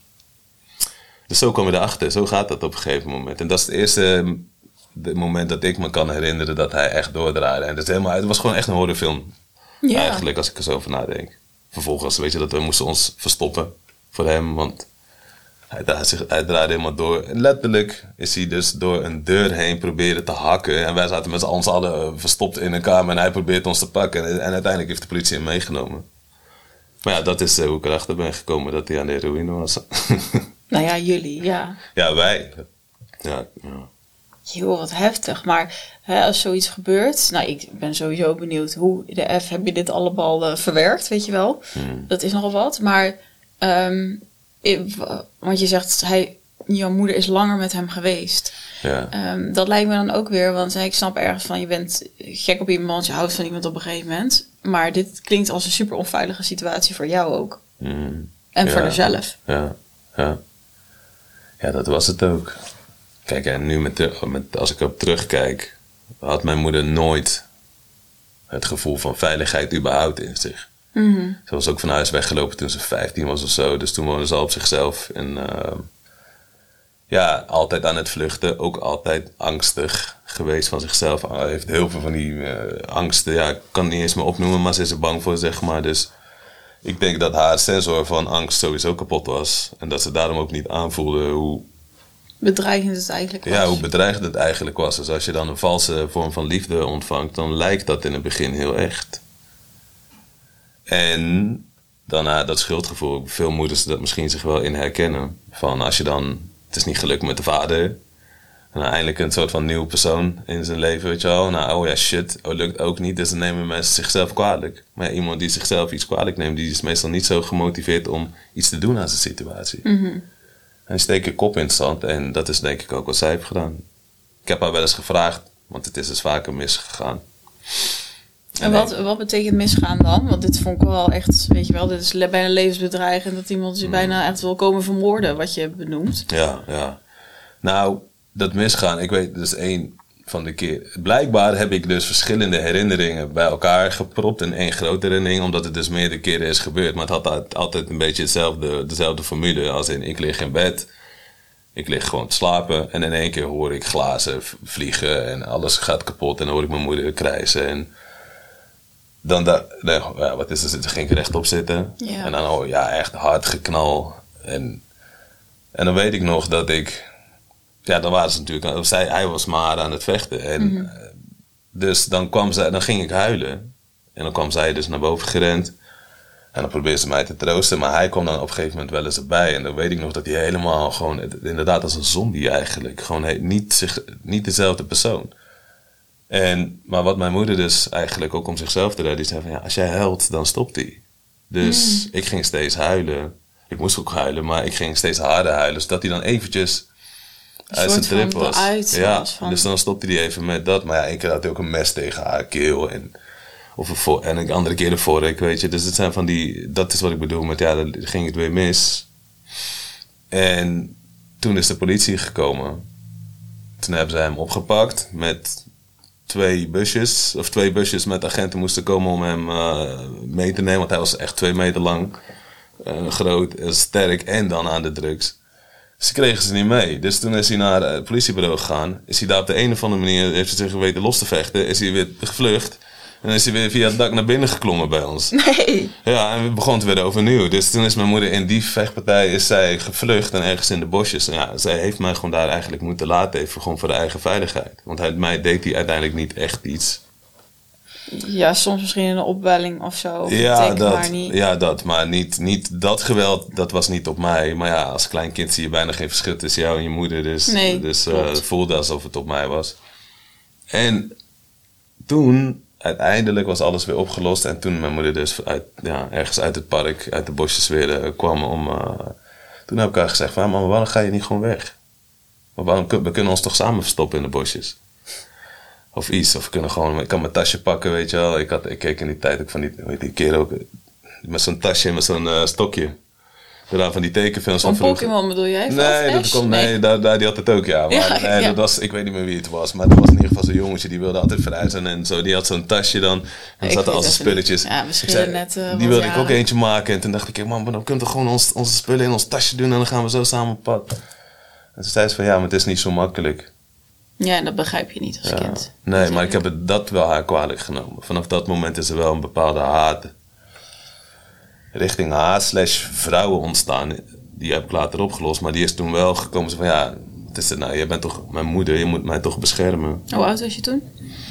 Dus zo kwam je erachter. Zo gaat dat op een gegeven moment. En dat is het eerste de moment dat ik me kan herinneren dat hij echt doordraaide. En dat is helemaal, het was gewoon echt een horrorfilm. Ja. Eigenlijk, als ik er zo over nadenk. Vervolgens, weet je, dat we moesten ons verstoppen voor hem, want hij, hij, zich, hij draaide helemaal door. En letterlijk is hij dus door een deur heen proberen te hakken. En wij zaten met z'n allen, allen verstopt in een kamer en hij probeert ons te pakken. En, en uiteindelijk heeft de politie hem meegenomen. Maar ja, dat is uh, hoe ik erachter ben gekomen dat hij aan de heroïne was. Nou ja, jullie, ja. Ja, wij. Ja, ja. Joh, wat heftig. Maar hè, als zoiets gebeurt... Nou, ik ben sowieso benieuwd hoe de F heb je dit allemaal uh, verwerkt, weet je wel. Hmm. Dat is nogal wat. Maar, um, ik, want je zegt, hij, jouw moeder is langer met hem geweest. Ja. Um, dat lijkt me dan ook weer, want ik snap ergens van... je bent gek op iemand, je houdt van iemand op een gegeven moment. Maar dit klinkt als een super onveilige situatie voor jou ook. Hmm. En ja. voor haarzelf. Ja, ja. Ja, dat was het ook. Kijk, en nu met, met, als ik op terugkijk, had mijn moeder nooit het gevoel van veiligheid überhaupt in zich. Mm-hmm. Ze was ook van huis weggelopen toen ze vijftien was of zo. Dus toen woonde ze al op zichzelf. En uh, ja, altijd aan het vluchten. Ook altijd angstig geweest van zichzelf. Hij heeft heel veel van die uh, angsten. Ja, ik kan het niet eens meer opnoemen, maar ze is er bang voor, zeg maar. Dus ik denk dat haar sensor van angst sowieso kapot was. En dat ze daarom ook niet aanvoelde hoe... bedreigend het eigenlijk was. Ja, hoe bedreigend het eigenlijk was. Dus als je dan een valse vorm van liefde ontvangt, dan lijkt dat in het begin heel echt. En daarna dat schuldgevoel, veel moeders dat misschien zich wel in herkennen. Van als je dan, het is niet gelukt met de vader. En dan eindelijk een soort van nieuwe persoon in zijn leven, weet je wel. Nou, oh ja, shit, oh, lukt ook niet. Dus dan nemen mensen zichzelf kwalijk. Maar ja, iemand die zichzelf iets kwalijk neemt, die is meestal niet zo gemotiveerd om iets te doen aan zijn situatie. Mm-hmm. En steek je kop in het zand. En dat is denk ik ook wat zij heeft gedaan. Ik heb haar wel eens gevraagd, want het is dus vaker misgegaan. En, en wat, wat betekent misgaan dan? Want dit vond ik wel echt, weet je wel, dit is bijna levensbedreigend. Dat iemand je mm. bijna echt wil komen vermoorden, wat je benoemt. Ja, ja. Nou, dat misgaan, ik weet dus één van de keer. Blijkbaar heb ik dus verschillende herinneringen bij elkaar gepropt in één grote herinnering, omdat het dus meerdere keren is gebeurd. Maar het had altijd een beetje hetzelfde, dezelfde formule als in ik lig in bed, ik lig gewoon te slapen en in één keer hoor ik glazen vliegen en alles gaat kapot en dan hoor ik mijn moeder krijsen en dan, da, nee, ja, wat is er, dan ging ik rechtop zitten ja. En dan hoor ja, echt hard geknal en, en dan weet ik nog dat ik ja, dan waren ze natuurlijk... Zij, hij was maar aan het vechten. En, mm-hmm. Dus dan, kwam zij, dan ging ik huilen. En dan kwam zij dus naar boven gerend. En dan probeerde ze mij te troosten. Maar hij kwam dan op een gegeven moment wel eens erbij. En dan weet ik nog dat hij helemaal gewoon... Inderdaad als een zombie eigenlijk. Gewoon niet, zich, niet dezelfde persoon. En, maar wat mijn moeder dus eigenlijk ook om zichzelf te redden... Die zei van ja, als jij huilt, dan stopt hij. Dus mm. ik ging steeds huilen. Ik moest ook huilen, maar ik ging steeds harder huilen. Zodat hij dan eventjes... uit zijn trip was. Ja, was van... dus dan stopte hij even met dat. Maar ja, één keer had hij ook een mes tegen haar keel. En, of een voor, en een andere keer de vork, weet je. Dus het zijn van die... Dat is wat ik bedoel met, ja, dan ging het weer mis. En toen is de politie gekomen. Toen hebben ze hem opgepakt met twee busjes. Of twee busjes met agenten moesten komen om hem uh, mee te nemen. Want hij was echt twee meter lang. Uh, groot, uh, sterk en dan aan de drugs. Ze kregen ze niet mee. Dus toen is hij naar het politiebureau gegaan. Is hij daar op de een of andere manier, heeft hij zich geweten los te vechten. Is hij weer gevlucht. En dan is hij weer via het dak naar binnen geklommen bij ons. Nee. Ja, en we begonnen het weer overnieuw. Dus toen is mijn moeder in die vechtpartij is zij gevlucht. En ergens in de bosjes. En ja, zij heeft mij gewoon daar eigenlijk moeten laten. Even gewoon voor de eigen veiligheid. Want hij, mij deed hij uiteindelijk niet echt iets. Ja, soms misschien een opwelling of zo. Ja, dat, maar niet. ja, dat. Maar niet, niet dat geweld, dat was niet op mij. Maar ja, als klein kind zie je bijna geen verschil tussen jou en je moeder. Dus, nee, dus uh, het voelde alsof het op mij was. En toen, uiteindelijk was alles weer opgelost. En toen mijn moeder dus uit, ja, ergens uit het park, uit de bosjes weer uh, kwam om... Uh, toen heb ik haar gezegd van, mama, waarom ga je niet gewoon weg? Maar waarom, we kunnen ons toch samen verstoppen in de bosjes? Of iets. Of we kunnen gewoon... Ik kan mijn tasje pakken, weet je wel. Ik, had, ik keek in die tijd ook van die... Weet die keer ook... Met zo'n tasje en met zo'n uh, stokje. Daarna van die tekenfilms van Pokémon bedoel jij? Nee, dat komt, nee, nee. Daar, daar, die had het ook, ja. Maar ja, nee, ja. Dat was... Ik weet niet meer wie het was. Maar dat was in ieder geval zo'n jongetje. Die wilde altijd verhuizen en zo. Die had zo'n tasje dan. En er zaten al zijn spulletjes. Ja, we schillen net... Uh, die wilde ik ook eentje maken. En toen dacht ik... Man, dan kunnen we gewoon ons, onze spullen in ons tasje doen. En dan gaan we zo samen op pad. En toen zei ze van... Ja, maar het is niet zo makkelijk. Ja, en dat begrijp je niet als ja. kind. Nee, maar ik heb het, dat wel haar kwalijk genomen. Vanaf dat moment is er wel een bepaalde haat richting haar slash vrouwen ontstaan. Die heb ik later opgelost, maar die is toen wel gekomen van ja, het is het nou, je bent toch mijn moeder, je moet mij toch beschermen. Hoe oud was je toen?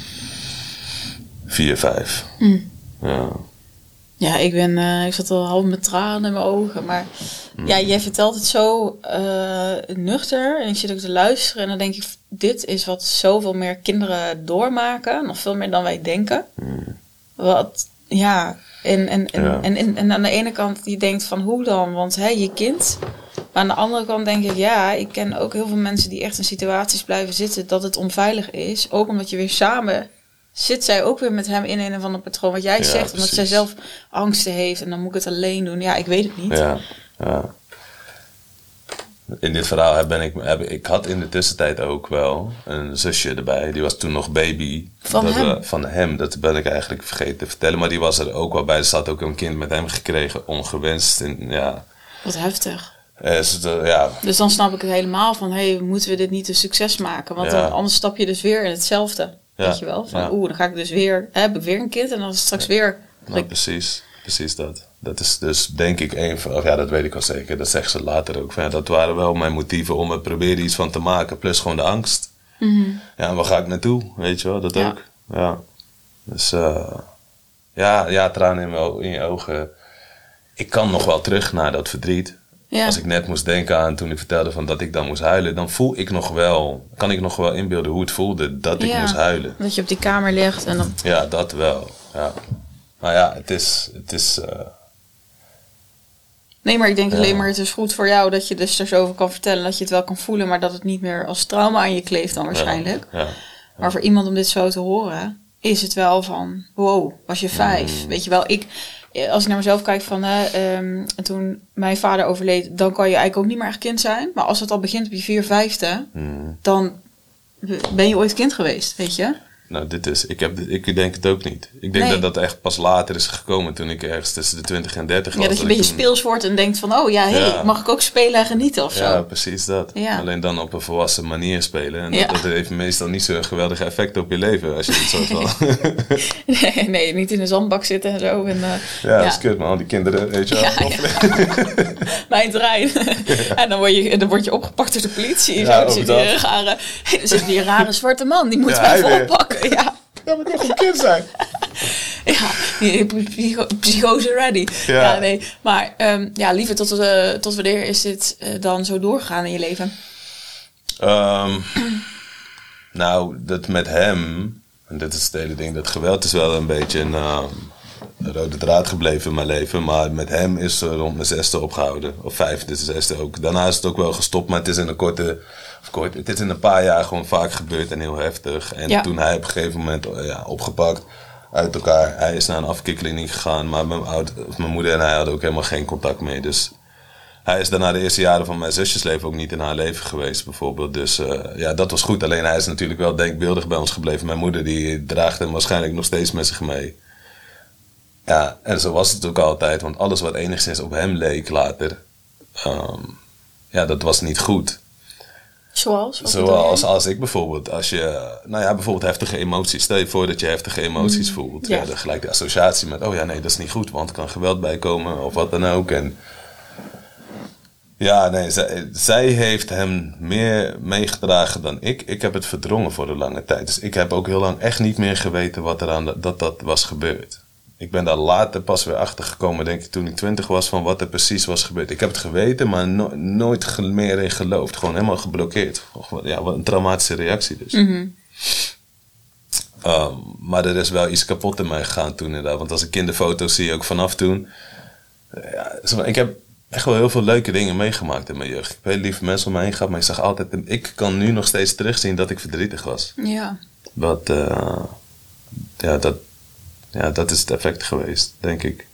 Vier, vijf. Mm. Ja. Ja, ik ben, uh, ik zat al half met tranen in mijn ogen, maar mm. ja, jij vertelt het zo uh, nuchter en ik zit ook te luisteren en dan denk ik, dit is wat zoveel meer kinderen doormaken, nog veel meer dan wij denken. Mm. Wat, ja, en, en, en, ja. En, en, en aan de ene kant je denkt van hoe dan, want hè, je kind. Maar aan de andere kant denk ik, ja, ik ken ook heel veel mensen die echt in situaties blijven zitten dat het onveilig is, ook omdat je weer samen... Zit zij ook weer met hem in een of ander patroon? Wat jij ja, zegt, precies. Omdat zij zelf angsten heeft en dan moet ik het alleen doen. Ja, ik weet het niet. Ja, ja. In dit verhaal ben ik, heb, ik had in de tussentijd ook wel een zusje erbij. Die was toen nog baby. Van dat hem? We, van hem, dat ben ik eigenlijk vergeten te vertellen. Maar die was er ook wel bij. Er zat ook een kind met hem gekregen, ongewenst. En, ja. Wat heftig. Eh, is het, uh, ja. Dus dan snap ik het helemaal van, hé, hey, moeten we dit niet een succes maken? Want ja. dan, anders stap je dus weer in hetzelfde. Ja, weet je wel? Van, ja. oeh, dan ga ik dus weer... Heb ik weer een kind en dan is het straks ja. weer... Nou, ik... precies. Precies dat. Dat is dus denk ik een van... Of ja, dat weet ik wel zeker. Dat zegt ze later ook. Van, ja, dat waren wel mijn motieven om er proberen iets van te maken. Plus gewoon de angst. Mm-hmm. Ja, en waar ga ik naartoe? Weet je wel, dat ja. ook. Ja. Dus uh, ja, ja, tranen in, mijn, in je ogen. Ik kan nog wel terug naar dat verdriet. Ja. Als ik net moest denken aan toen ik vertelde van dat ik dan moest huilen, dan voel ik nog wel, kan ik nog wel inbeelden hoe het voelde dat ik ja, moest huilen. Dat je op die kamer ligt en dan... Ja, dat wel. Ja. Maar ja, het is... Het is uh... Nee, maar ik denk ja. alleen maar het is goed voor jou dat je dus er zo over kan vertellen, dat je het wel kan voelen, maar dat het niet meer als trauma aan je kleeft dan waarschijnlijk. Ja. Ja. Ja. Maar voor iemand om dit zo te horen, is het wel van, wow, was je vijf? Mm. Weet je wel, ik... Als ik naar mezelf kijk van uh, um, toen mijn vader overleed, dan kan je eigenlijk ook niet meer echt kind zijn. Maar als het al begint op je vier, vijfde, mm. dan ben je ooit kind geweest, weet je? Nou, dit is, ik, heb, ik denk het ook niet. Ik denk nee. dat dat echt pas later is gekomen toen ik ergens tussen de twintig en dertig was. Ja, dat je een beetje toen... speels wordt en denkt van, oh ja, hey, ja, mag ik ook spelen en genieten of zo? Ja, precies dat. Ja. Alleen dan op een volwassen manier spelen. En ja. dat, dat heeft meestal niet zo'n geweldig effect op je leven als je het zo zal. nee, nee, niet in de zandbak zitten en zo. En, uh, ja, ja, dat is kut man, al die kinderen, weet je wel. Ja, ja. Mijn trein. Ja. En dan word, je, dan word je opgepakt door de politie. Ja, zo, dan zit die rare, dan zit die rare zwarte man, die moeten wij ja, volpakken. Ja. Ja, maar toch een kind zijn. Ja, psycho- psychose ready. Ja. ja, nee. Maar um, ja, liever tot, uh, tot wanneer is dit uh, dan zo doorgegaan in je leven? Um, nou, dat met hem, en dit is het hele ding, dat geweld is wel een beetje een, uh, een rode draad gebleven in mijn leven. Maar met hem is er rond mijn zesde opgehouden. Of vijfde, zesde ook. Daarna is het ook wel gestopt, maar het is in een korte... Of kort, het is in een paar jaar gewoon vaak gebeurd en heel heftig. En ja. toen hij op een gegeven moment ja, opgepakt, uit elkaar. Hij is naar een afkikkliniek gegaan, maar mijn, oud, mijn moeder en hij hadden ook helemaal geen contact mee. Dus hij is daarna de eerste jaren van mijn zusjes leven ook niet in haar leven geweest bijvoorbeeld. Dus uh, ja, dat was goed. Alleen hij is natuurlijk wel denkbeeldig bij ons gebleven. Mijn moeder die draagt hem waarschijnlijk nog steeds met zich mee. Ja, en zo was het ook altijd. Want alles wat enigszins op hem leek later, um, ja, dat was niet goed. Zoals? Zoals als ik bijvoorbeeld, als je, nou ja, bijvoorbeeld heftige emoties. Stel je voor dat je heftige emoties mm. voelt. Ja. Ja, dan gelijk de associatie met, oh ja, nee, dat is niet goed, want er kan geweld bij komen of wat dan ook. En Ja, nee, zij, zij heeft hem meer meegedragen dan ik. Ik heb het verdrongen voor een lange tijd. Dus ik heb ook heel lang echt niet meer geweten wat er aan de, dat dat was gebeurd. Ik ben daar later pas weer achter gekomen, denk ik, toen ik twintig was, van wat er precies was gebeurd. Ik heb het geweten, maar no- nooit ge- meer in geloofd. Gewoon helemaal geblokkeerd. Ja, wat een traumatische reactie dus. Mm-hmm. Um, maar er is wel iets kapot in mij gegaan toen inderdaad. Want als ik kinderfoto's zie, ook vanaf toen. Ja, ik heb echt wel heel veel leuke dingen meegemaakt in mijn jeugd. Ik heb heel lieve mensen om me heen gehad, maar ik zag altijd... Ik kan nu nog steeds terugzien dat ik verdrietig was. Ja. Wat, uh, ja, dat, ja, dat is het effect geweest, denk ik.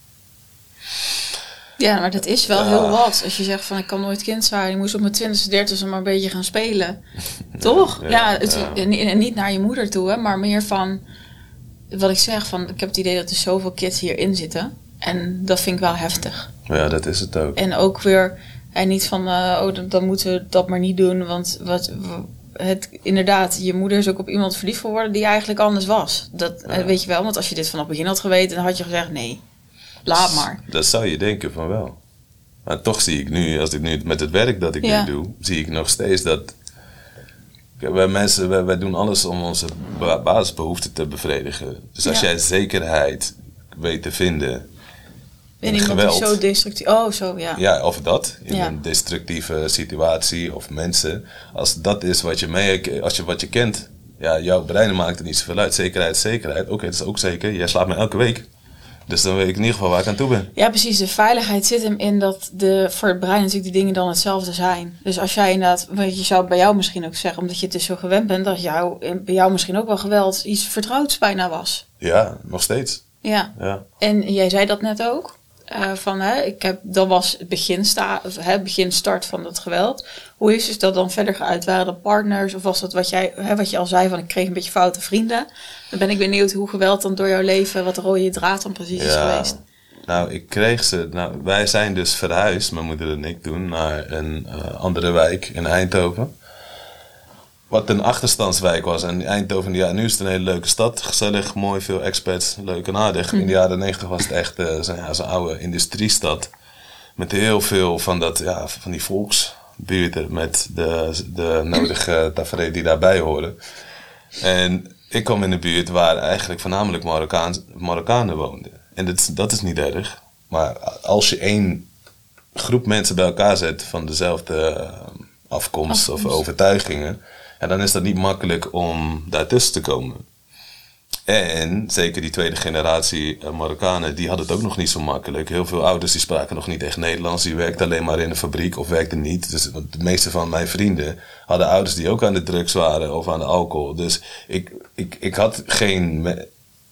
Ja, maar dat is wel ja. heel wat. Als je zegt van ik kan nooit kind zijn. Je moest op mijn twintigste, dertigste maar een beetje gaan spelen. Toch? Ja, ja, het, ja. En niet naar je moeder toe, hè, maar meer van... Wat ik zeg, van ik heb het idee dat er zoveel kids hierin zitten. En dat vind ik wel heftig. Ja, dat is het ook. En ook weer... En niet van, uh, oh, dan, dan moeten we dat maar niet doen. Want wat... Het, inderdaad, je moeder is ook op iemand verliefd geworden die eigenlijk anders was. Dat ja. weet je wel, want als je dit vanaf het begin had geweten, dan had je gezegd nee. Laat maar. Dat zou je denken van wel. Maar toch zie ik nu, als ik nu met het werk dat ik ja. nu doe, zie ik nog steeds dat... Wij mensen, wij, wij doen alles om onze basisbehoeften te bevredigen. Dus als ja. jij zekerheid weet te vinden... En iemand geweld, die zo destructief... Oh, zo, ja. Ja, of dat. In ja. een destructieve situatie of mensen. Als dat is wat je mee... Als je wat je kent... Ja, jouw brein maakt er niet zoveel uit. Zekerheid, zekerheid. Oké, okay, dat is ook zeker. Jij slaapt me elke week. Dus dan weet ik in ieder geval waar ik aan toe ben. Ja, precies. De veiligheid zit hem in dat de, voor het brein natuurlijk die dingen dan hetzelfde zijn. Dus als jij inderdaad, weet je, zou bij jou misschien ook zeggen, omdat je het dus zo gewend bent, dat jou, bij jou misschien ook wel geweld iets vertrouwds bijna was. Ja, nog steeds. Ja. ja. En jij zei dat net ook. Uh, van, hè, ik heb, dat was het beginsta, hè, beginstart van dat geweld. Hoe is dus dat dan verder geuit? Waren dat partners of was dat wat jij, hè, wat je al zei, van ik kreeg een beetje foute vrienden? Dan ben ik benieuwd hoe geweld dan door jouw leven, wat de rode draad dan precies ja, is geweest. Nou, ik kreeg ze, nou, wij zijn dus verhuisd, mijn moeder en ik toen, naar een uh, andere wijk in Eindhoven. Wat een achterstandswijk was. En Eindhoven, ja, nu is het een hele leuke stad. Gezellig, mooi, veel expats, leuk en aardig. In de jaren negentig was het echt uh, zo'n ja, zo oude industriestad. Met heel veel van, dat, ja, van die volksbuurten. Met de, de nodige tafereelen die daarbij horen. En ik kwam in een buurt waar eigenlijk voornamelijk Marokkaans, Marokkanen woonden. En dat, dat is niet erg. Maar als je één groep mensen bij elkaar zet van dezelfde uh, afkomst, afkomst of overtuigingen... Ja, dan is dat niet makkelijk om daartussen te komen. En zeker die tweede generatie uh, Marokkanen, die hadden het ook nog niet zo makkelijk. Heel veel ouders die spraken nog niet echt Nederlands. Die werkten alleen maar in een fabriek of werkten niet. Dus de meeste van mijn vrienden hadden ouders die ook aan de drugs waren of aan de alcohol. Dus ik, ik, ik had geen... Me-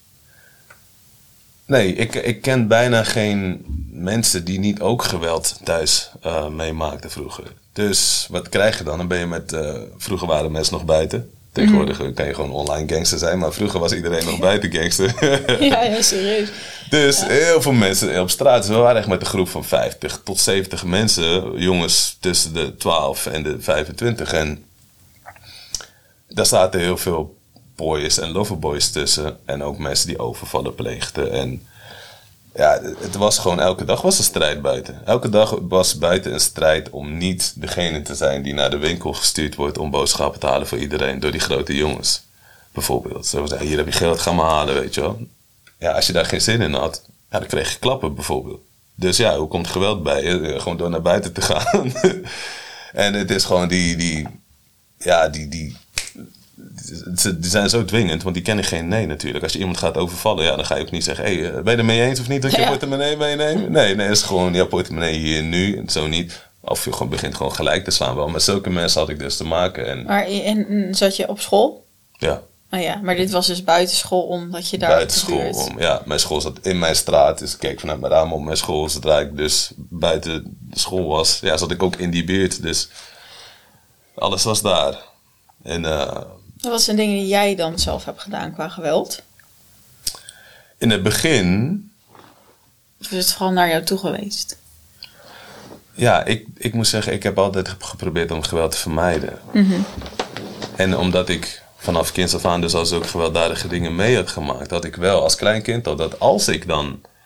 nee, ik, ik ken bijna geen mensen die niet ook geweld thuis uh, meemaakten vroeger. Dus wat krijg je dan? Dan ben je met... Uh, vroeger waren mensen nog buiten. Tegenwoordig mm. kan je gewoon online gangster zijn. Maar vroeger was iedereen nog buiten gangster. ja, ja, serieus. Dus ja. heel veel mensen op straat. Dus we waren echt met een groep van vijftig tot zeventig mensen. Jongens tussen de twaalf en de vijfentwintig. En daar zaten heel veel boys en loverboys tussen. En ook mensen die overvallen pleegden. En... Ja, het was gewoon elke dag was een strijd buiten. Elke dag was buiten een strijd om niet degene te zijn die naar de winkel gestuurd wordt om boodschappen te halen voor iedereen door die grote jongens. Bijvoorbeeld. Zo zeggen, hier heb je geld, ga maar halen, weet je wel. Ja, als je daar geen zin in had, ja, dan kreeg je klappen bijvoorbeeld. Dus ja, hoe komt geweld bij je? Gewoon door naar buiten te gaan. En het is gewoon die, die, ja, die, die... Die zijn zo dwingend, want die kennen geen nee natuurlijk. Als je iemand gaat overvallen, ja, dan ga je ook niet zeggen... Hé, hey, ben je het ermee eens of niet dat je ja. portemonnee meeneemt? Nee, nee, dat is gewoon jouw portemonnee hier nu en zo niet. Of je gewoon begint gewoon gelijk te slaan wel. Met zulke mensen had ik dus te maken. En... Maar en, zat je op school? Ja. Oh ja, maar dit was dus buitenschool omdat je daar... Buitenschool, om, ja. Mijn school zat in mijn straat, dus ik keek vanuit mijn raam op mijn school. Zodra ik dus buiten de school was, ja, zat ik ook in die buurt. Dus alles was daar. En... Uh, Wat zijn dingen die jij dan zelf hebt gedaan qua geweld? In het begin... Of is het vooral naar jou toe geweest? Ja, ik, ik moet zeggen, ik heb altijd geprobeerd om geweld te vermijden. Mm-hmm. En omdat ik vanaf kinds af aan dus als ook gewelddadige dingen mee had gemaakt... had ik wel als kleinkind al dat als ik dan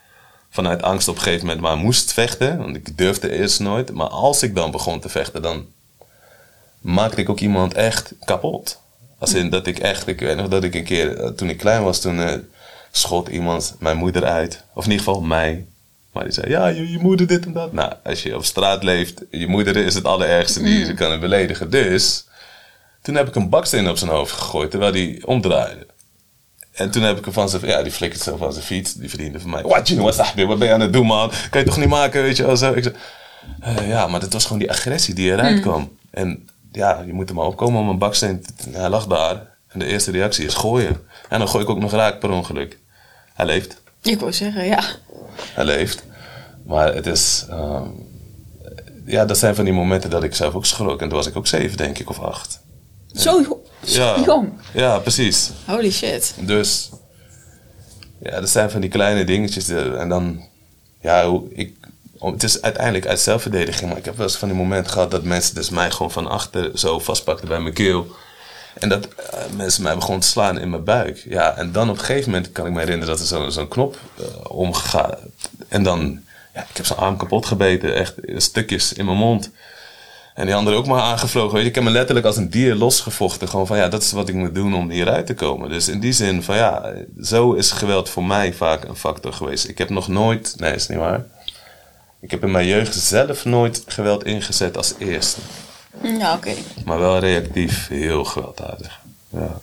vanuit angst op een gegeven moment maar moest vechten. Want ik durfde eerst nooit. Maar als ik dan begon te vechten, dan maakte ik ook iemand echt kapot. Als in dat ik echt, ik weet nog dat ik een keer, toen ik klein was, toen uh, schot iemand mijn moeder uit. Of in ieder geval mij. Maar die zei, ja, je, je moeder dit en dat. Nou, als je op straat leeft, je moeder is het allerergste die je kan beledigen. Dus, toen heb ik een baksteen op zijn hoofd gegooid, terwijl die omdraaide. En toen heb ik er van zijn, ja, die flikkert zelf aan zijn fiets. Die vrienden van mij, what, you know, wat wat ben je aan het doen, man? Kan je toch niet maken, weet je wel zo. Ik zei, uh, ja, maar dat was gewoon die agressie die eruit kwam. Mm. En ja, je moet er maar opkomen om een baksteen. Hij lag daar. En de eerste reactie is gooien. En dan gooi ik ook nog raak per ongeluk. Hij leeft. Ik wou zeggen, ja. Hij leeft. Maar het is... Um, ja, dat zijn van die momenten dat ik zelf ook schrok. En toen was ik ook zeven, denk ik, of acht. Zo, zo ja, jong? Ja, precies. Holy shit. Dus... Ja, dat zijn van die kleine dingetjes. En dan... Ja, ik... Het is uiteindelijk uit zelfverdediging. Maar ik heb wel eens van die momenten gehad dat mensen dus mij gewoon van achter zo vastpakten bij mijn keel. En dat uh, mensen mij begonnen te slaan in mijn buik. Ja, en dan op een gegeven moment kan ik me herinneren dat er zo, zo'n knop uh, omgegaan. En dan, ja, ik heb zo'n arm kapot gebeten. Echt stukjes in mijn mond. En die andere ook maar aangevlogen. Weet je, ik heb me letterlijk als een dier losgevochten. Gewoon van, ja, dat is wat ik moet doen om hieruit te komen. Dus in die zin van, ja, zo is geweld voor mij vaak een factor geweest. Ik heb nog nooit, nee, is niet waar. Ik heb in mijn jeugd zelf nooit geweld ingezet als eerste. Ja, oké. Okay. Maar wel reactief, heel gewelddadig. Ja.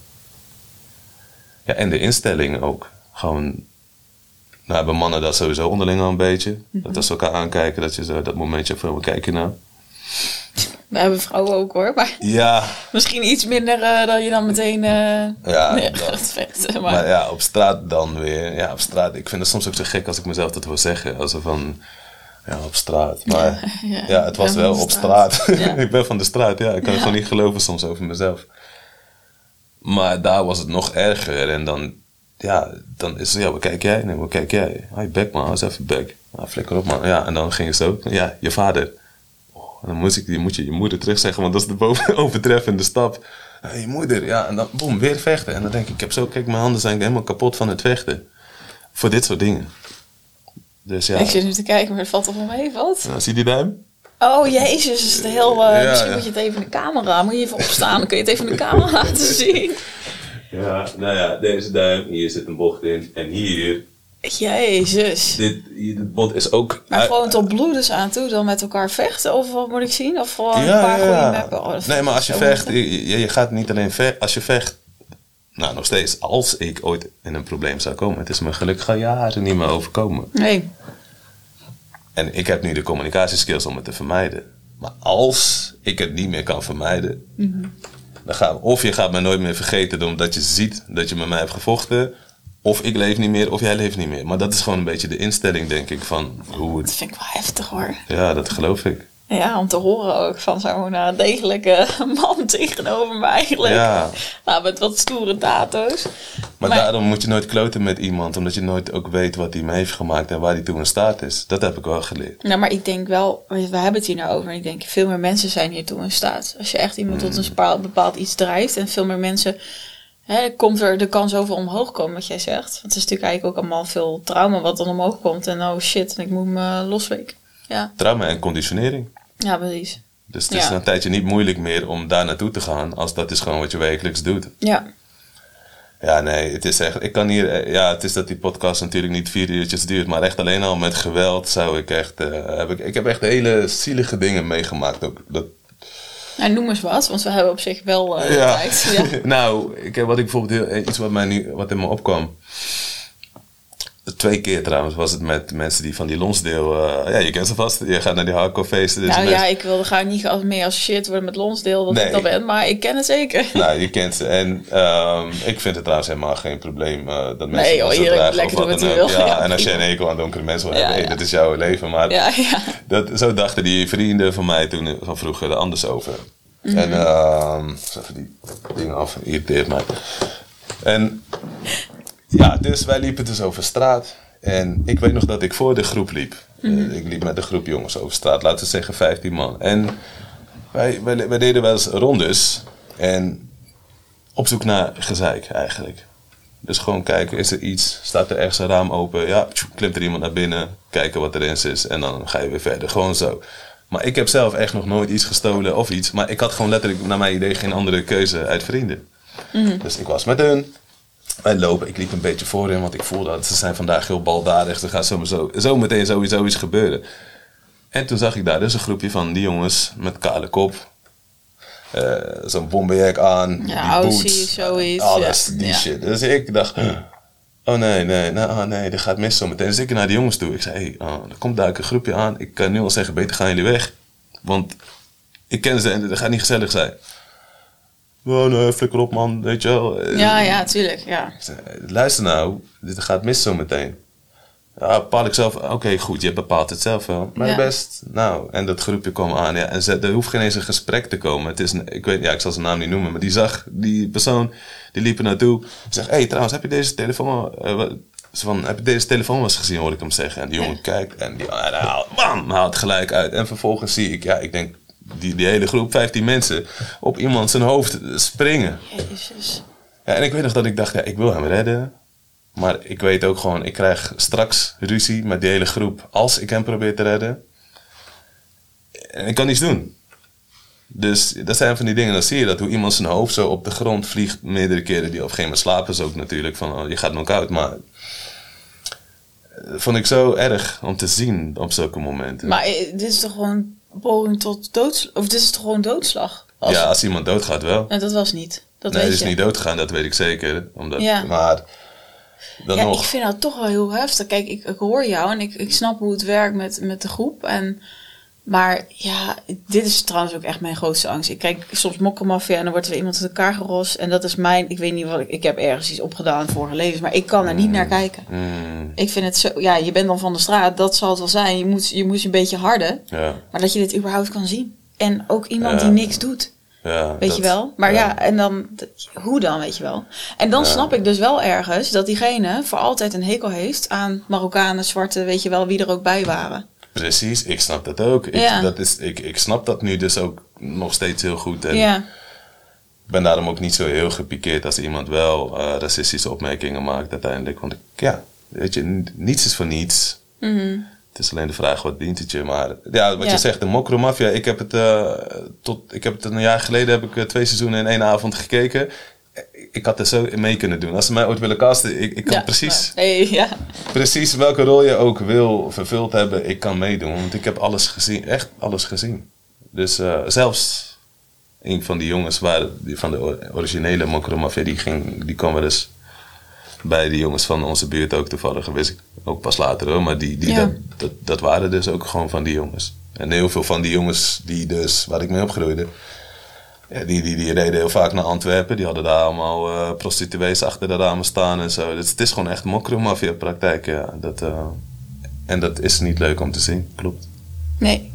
Ja, en de instelling ook. Gewoon, nou hebben mannen dat sowieso onderling al een beetje. Mm-hmm. Dat als ze elkaar aankijken, dat je zo dat momentje van, we kijken nou. We hebben vrouwen ook hoor, maar ja. Misschien iets minder uh, dan je dan meteen uh, ja, nee, gaat vechten. Maar. maar ja, op straat dan weer. Ja, op straat. Ik vind het soms ook zo gek als ik mezelf dat wil zeggen. Als er van... Ja, op straat. Maar ja, ja, ja het was wel op straat. straat. Ja. Ik ben van de straat, ja. Ik kan ja. het gewoon niet geloven soms over mezelf. Maar daar was het nog erger. En dan, ja, dan is het, ja, wat kijk jij? Nee, wat kijk jij? Hé, hey, bek man, hou eens even bek. Nou, flikker op man. Ja, en dan ging het zo. Ja, je vader. Oh, en dan moest ik, je moet je je moeder terug zeggen, want dat is de boven overtreffende stap. Ja, je moeder, ja. En dan, boem, weer vechten. En dan denk ik, ik heb zo, kijk, mijn handen zijn helemaal kapot van het vechten. Voor dit soort dingen. Dus ja. Ik zit nu te kijken, maar het valt toch wel mee, wat? Nou, zie je die duim? Oh, jezus, is het heel... Uh, ja, misschien ja. moet je het even in de camera... Moet je even opstaan, dan kun je het even in de camera laten zien. Ja, nou ja, deze duim, hier zit een bocht in. En hier... Jezus. Dit, hier, dit bot is ook... Maar gewoon tot bloedens aan toe, dan met elkaar vechten? Of wat moet ik zien? Of gewoon ja, een paar ja, goede meppen? Oh, nee, maar als je vecht... Je, je gaat niet alleen vechten... Als je vecht... Nou, nog steeds, als ik ooit in een probleem zou komen. Het is me gelukkig al jaren niet meer overkomen. Nee. En ik heb nu de communicatieskills om het te vermijden. Maar als ik het niet meer kan vermijden... Mm-hmm. Dan ga, of je gaat me nooit meer vergeten omdat je ziet dat je met mij hebt gevochten... Of ik leef niet meer, of jij leeft niet meer. Maar dat is gewoon een beetje de instelling, denk ik, van hoe het... Dat vind ik wel heftig, hoor. Ja, dat geloof ik. Ja, om te horen ook van zo'n uh, degelijke man tegenover me eigenlijk. Ja. Nou, met wat stoere dato's. Maar, maar daarom moet je nooit kloten met iemand, omdat je nooit ook weet wat hij mee heeft gemaakt en waar hij toe in staat is. Dat heb ik wel geleerd. Nou, maar ik denk wel, we hebben het hier nou over en ik denk veel meer mensen zijn hiertoe in staat. Als je echt iemand mm. tot een bepaald, bepaald iets drijft en veel meer mensen... Hè, komt er, er kan zoveel omhoog komen, wat jij zegt. Want het is natuurlijk eigenlijk ook allemaal veel trauma wat dan omhoog komt. En oh shit, ik moet me losweken. Ja. Trauma en conditionering. Ja, precies. Dus het is ja. een tijdje niet moeilijk meer om daar naartoe te gaan. Als dat is gewoon wat je wekelijks doet. Ja. Ja, nee, het is echt... Ik kan hier... Ja, het is dat die podcast natuurlijk niet vier uurtjes duurt. Maar echt alleen al met geweld zou ik echt... Uh, heb ik, ik heb echt hele zielige dingen meegemaakt ook. Dat, nou, noem eens wat, want we hebben op zich wel uh, ja. tijd. Ja. Nou, ik heb wat ik bijvoorbeeld heel, iets wat mij nu wat in me opkwam. Twee keer trouwens was het met mensen die van die Lonsdale... Uh, ja, je kent ze vast. Je gaat naar die hardcore feesten. Dus nou ja, mensen... ik wilde graag niet mee associeerd worden met Lonsdale, wat nee. ik al ben, maar ik ken het zeker. Nou, je kent ze. En um, ik vind het trouwens helemaal geen probleem uh, dat mensen... Nee joh, iedereen lekker doen wat hij wil. Ja, ja, en als je een hekel aan donkere mensen wil hebben, ja, ja. Hey, dat is jouw leven. Maar ja, ja. Dat, zo dachten die vrienden van mij toen van vroeger er anders over. Mm-hmm. En uh, even die dingen af, irriteert mij. En ja, dus wij liepen dus over straat. En ik weet nog dat ik voor de groep liep. Mm-hmm. Uh, ik liep met een groep jongens over straat, laten we zeggen vijftien man. En wij, wij, wij deden wel eens rondes. En op zoek naar gezeik eigenlijk. Dus gewoon kijken, is er iets? Staat er ergens een raam open? Ja, klimt er iemand naar binnen. Kijken wat erin is. En dan ga je weer verder. Gewoon zo. Maar ik heb zelf echt nog nooit iets gestolen of iets. Maar ik had gewoon letterlijk, naar mijn idee, geen andere keuze uit vrienden. Mm-hmm. Dus ik was met hun. Wij lopen. Ik liep een beetje voorin, want ik voelde dat ze zijn vandaag heel baldadig. Er gaat sowieso zo meteen sowieso iets gebeuren. En toen zag ik daar dus een groepje van die jongens met kale kop. Uh, zo'n bomberjack aan, ja, die boots, zoiets, alles, ja. die ja. shit. Dus ik dacht, oh nee, nee, nou, oh nee, dit gaat mis zo meteen. Dus ik naar die jongens toe. Ik zei, hey, oh, er komt daar een groepje aan. Ik kan nu al zeggen, beter gaan jullie weg. Want ik ken ze en het gaat niet gezellig zijn. Oh nee, flikker op man, weet je wel. Ja, ja, tuurlijk, ja. Ik zei, luister nou, dit gaat mis zo meteen. Ja, bepaal ik zelf. Oké, okay, goed, je bepaalt het zelf wel. Maar ja. best. Nou, en dat groepje kwam aan. Ja, en ze, er hoeft geen eens een gesprek te komen. Het is een, ik weet, ja, ik zal zijn naam niet noemen, maar die zag die persoon, die liep er naartoe. Zegt, hé, hey, trouwens, heb je deze telefoon? Uh, wat, van, heb je deze telefoon wel eens gezien, hoor ik hem zeggen. En die jongen ja. kijkt en die hij haalt, bam, haalt gelijk uit. En vervolgens zie ik, ja, ik denk, die, die hele groep, vijftien mensen, op iemand zijn hoofd springen. Jezus. Ja, en ik weet nog dat ik dacht, ja, ik wil hem redden. Maar ik weet ook gewoon, ik krijg straks ruzie met die hele groep als ik hem probeer te redden. En ik kan niets doen. Dus dat zijn van die dingen, dan zie je dat hoe iemand zijn hoofd zo op de grond vliegt meerdere keren. Die op een gegeven moment slapen ze ook natuurlijk van, oh, je gaat knock-out. Maar dat vond ik zo erg om te zien op zulke momenten. Maar dit is toch gewoon poging tot doodslag? Of dit is toch gewoon doodslag? Als... Ja, als iemand doodgaat wel. En dat was niet. Dat nee, weet het is je. niet doodgegaan, dat weet ik zeker. Omdat, ja. Maar... Dan ja, nog. ik vind dat toch wel heel heftig. Kijk, ik, ik hoor jou en ik, ik snap hoe het werkt met, met de groep. En, maar ja, dit is trouwens ook echt mijn grootste angst. Ik kijk soms Mokromafia en dan wordt er iemand uit elkaar gerost. En dat is mijn, ik weet niet wat ik, ik heb ergens iets opgedaan vorige levens, maar ik kan er niet mm. naar kijken. Mm. Ik vind het zo, ja, je bent dan van de straat, dat zal het wel zijn. Je moet je, moet je een beetje harden, ja. maar dat je dit überhaupt kan zien. En ook iemand ja. die niks doet. Ja, weet dat, je wel? Maar ja. ja, en dan... Hoe dan, weet je wel? En dan ja. snap ik dus wel ergens dat diegene voor altijd een hekel heeft aan Marokkanen, zwarte, weet je wel, wie er ook bij waren. Precies, ik snap dat ook. Ik, ja. dat is, ik, ik snap dat nu dus ook nog steeds heel goed. En ja. ik ben daarom ook niet zo heel gepikeerd als iemand wel uh, racistische opmerkingen maakt uiteindelijk. Want ik, ja, weet je, niets is voor niets. Mm-hmm. Het is alleen de vraag, wat dient het je? Maar ja, wat ja. je zegt, de Mokromafia. Ik heb het uh, tot, ik heb het een jaar geleden heb ik uh, twee seizoenen in één avond gekeken. Ik had er zo mee kunnen doen. Als ze mij ooit willen casten, ik, ik kan ja, precies, hey, ja. precies welke rol je ook wil vervuld hebben, ik kan meedoen. Want ik heb alles gezien, echt alles gezien. Dus uh, zelfs een van die jongens waar, die van de originele Mokromafia, die ging, die kwam wel eens bij de jongens van onze buurt ook toevallig, wist ik ook pas later hoor, maar die, die, ja. dat, dat, dat waren dus ook gewoon van die jongens. En heel veel van die jongens die dus, waar ik mee opgroeide, ja, die, die, die reden heel vaak naar Antwerpen, die hadden daar allemaal uh, prostituees achter de ramen staan en zo. Dus het is gewoon echt Mokromafia praktijk, ja. Dat, uh, en dat is niet leuk om te zien, klopt. Nee.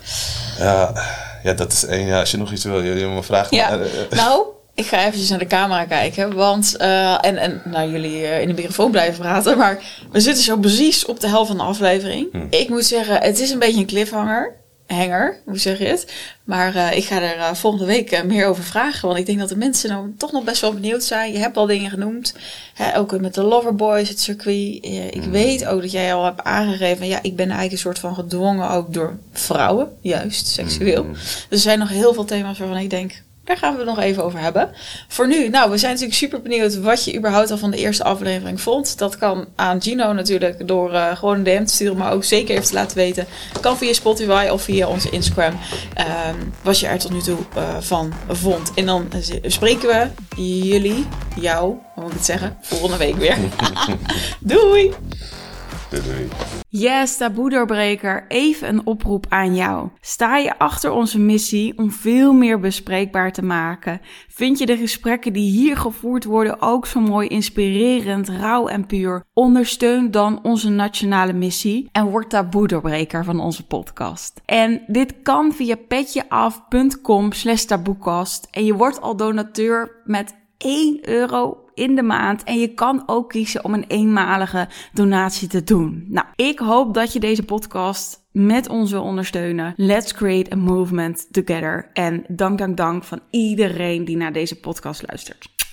Ja, ja dat is één, ja, als je nog iets wil, jullie me vragen. Ja, maar, uh, nou... Ik ga eventjes naar de camera kijken, want uh, en, en nou, jullie uh, in de microfoon blijven praten, maar we zitten zo precies op de helft van de aflevering. Hm. Ik moet zeggen, het is een beetje een cliffhanger, hanger, hoe zeg je het? Maar uh, ik ga er uh, volgende week uh, meer over vragen, want ik denk dat de mensen nou toch nog best wel benieuwd zijn. Je hebt al dingen genoemd, hè, ook met de Loverboys, het circuit. Uh, ik hm. weet ook dat jij al hebt aangegeven, ja, ik ben eigenlijk een soort van gedwongen ook door vrouwen, juist, seksueel. Hm. Dus er zijn nog heel veel thema's waarvan ik denk... Daar gaan we het nog even over hebben. Voor nu, nou, we zijn natuurlijk super benieuwd wat je überhaupt al van de eerste aflevering vond. Dat kan aan Gino natuurlijk door uh, gewoon een D M te sturen, maar ook zeker even te laten weten. Kan via Spotify of via onze Instagram. Um, wat je er tot nu toe uh, van vond. En dan uh, spreken we jullie, jou, hoe moet ik het zeggen, volgende week weer. Doei! Doei. Yes, taboe-doorbreker, even een oproep aan jou. Sta je achter onze missie om veel meer bespreekbaar te maken? Vind je de gesprekken die hier gevoerd worden ook zo mooi inspirerend, rauw en puur? Ondersteun dan onze nationale missie en word taboe-doorbreker van onze podcast. En dit kan via petjeaf.com slash taboekast en je wordt al donateur met één euro in de maand. En je kan ook kiezen om een eenmalige donatie te doen. Nou, ik hoop dat je deze podcast met ons wil ondersteunen. Let's create a movement together. En dank, dank, dank van iedereen die naar deze podcast luistert.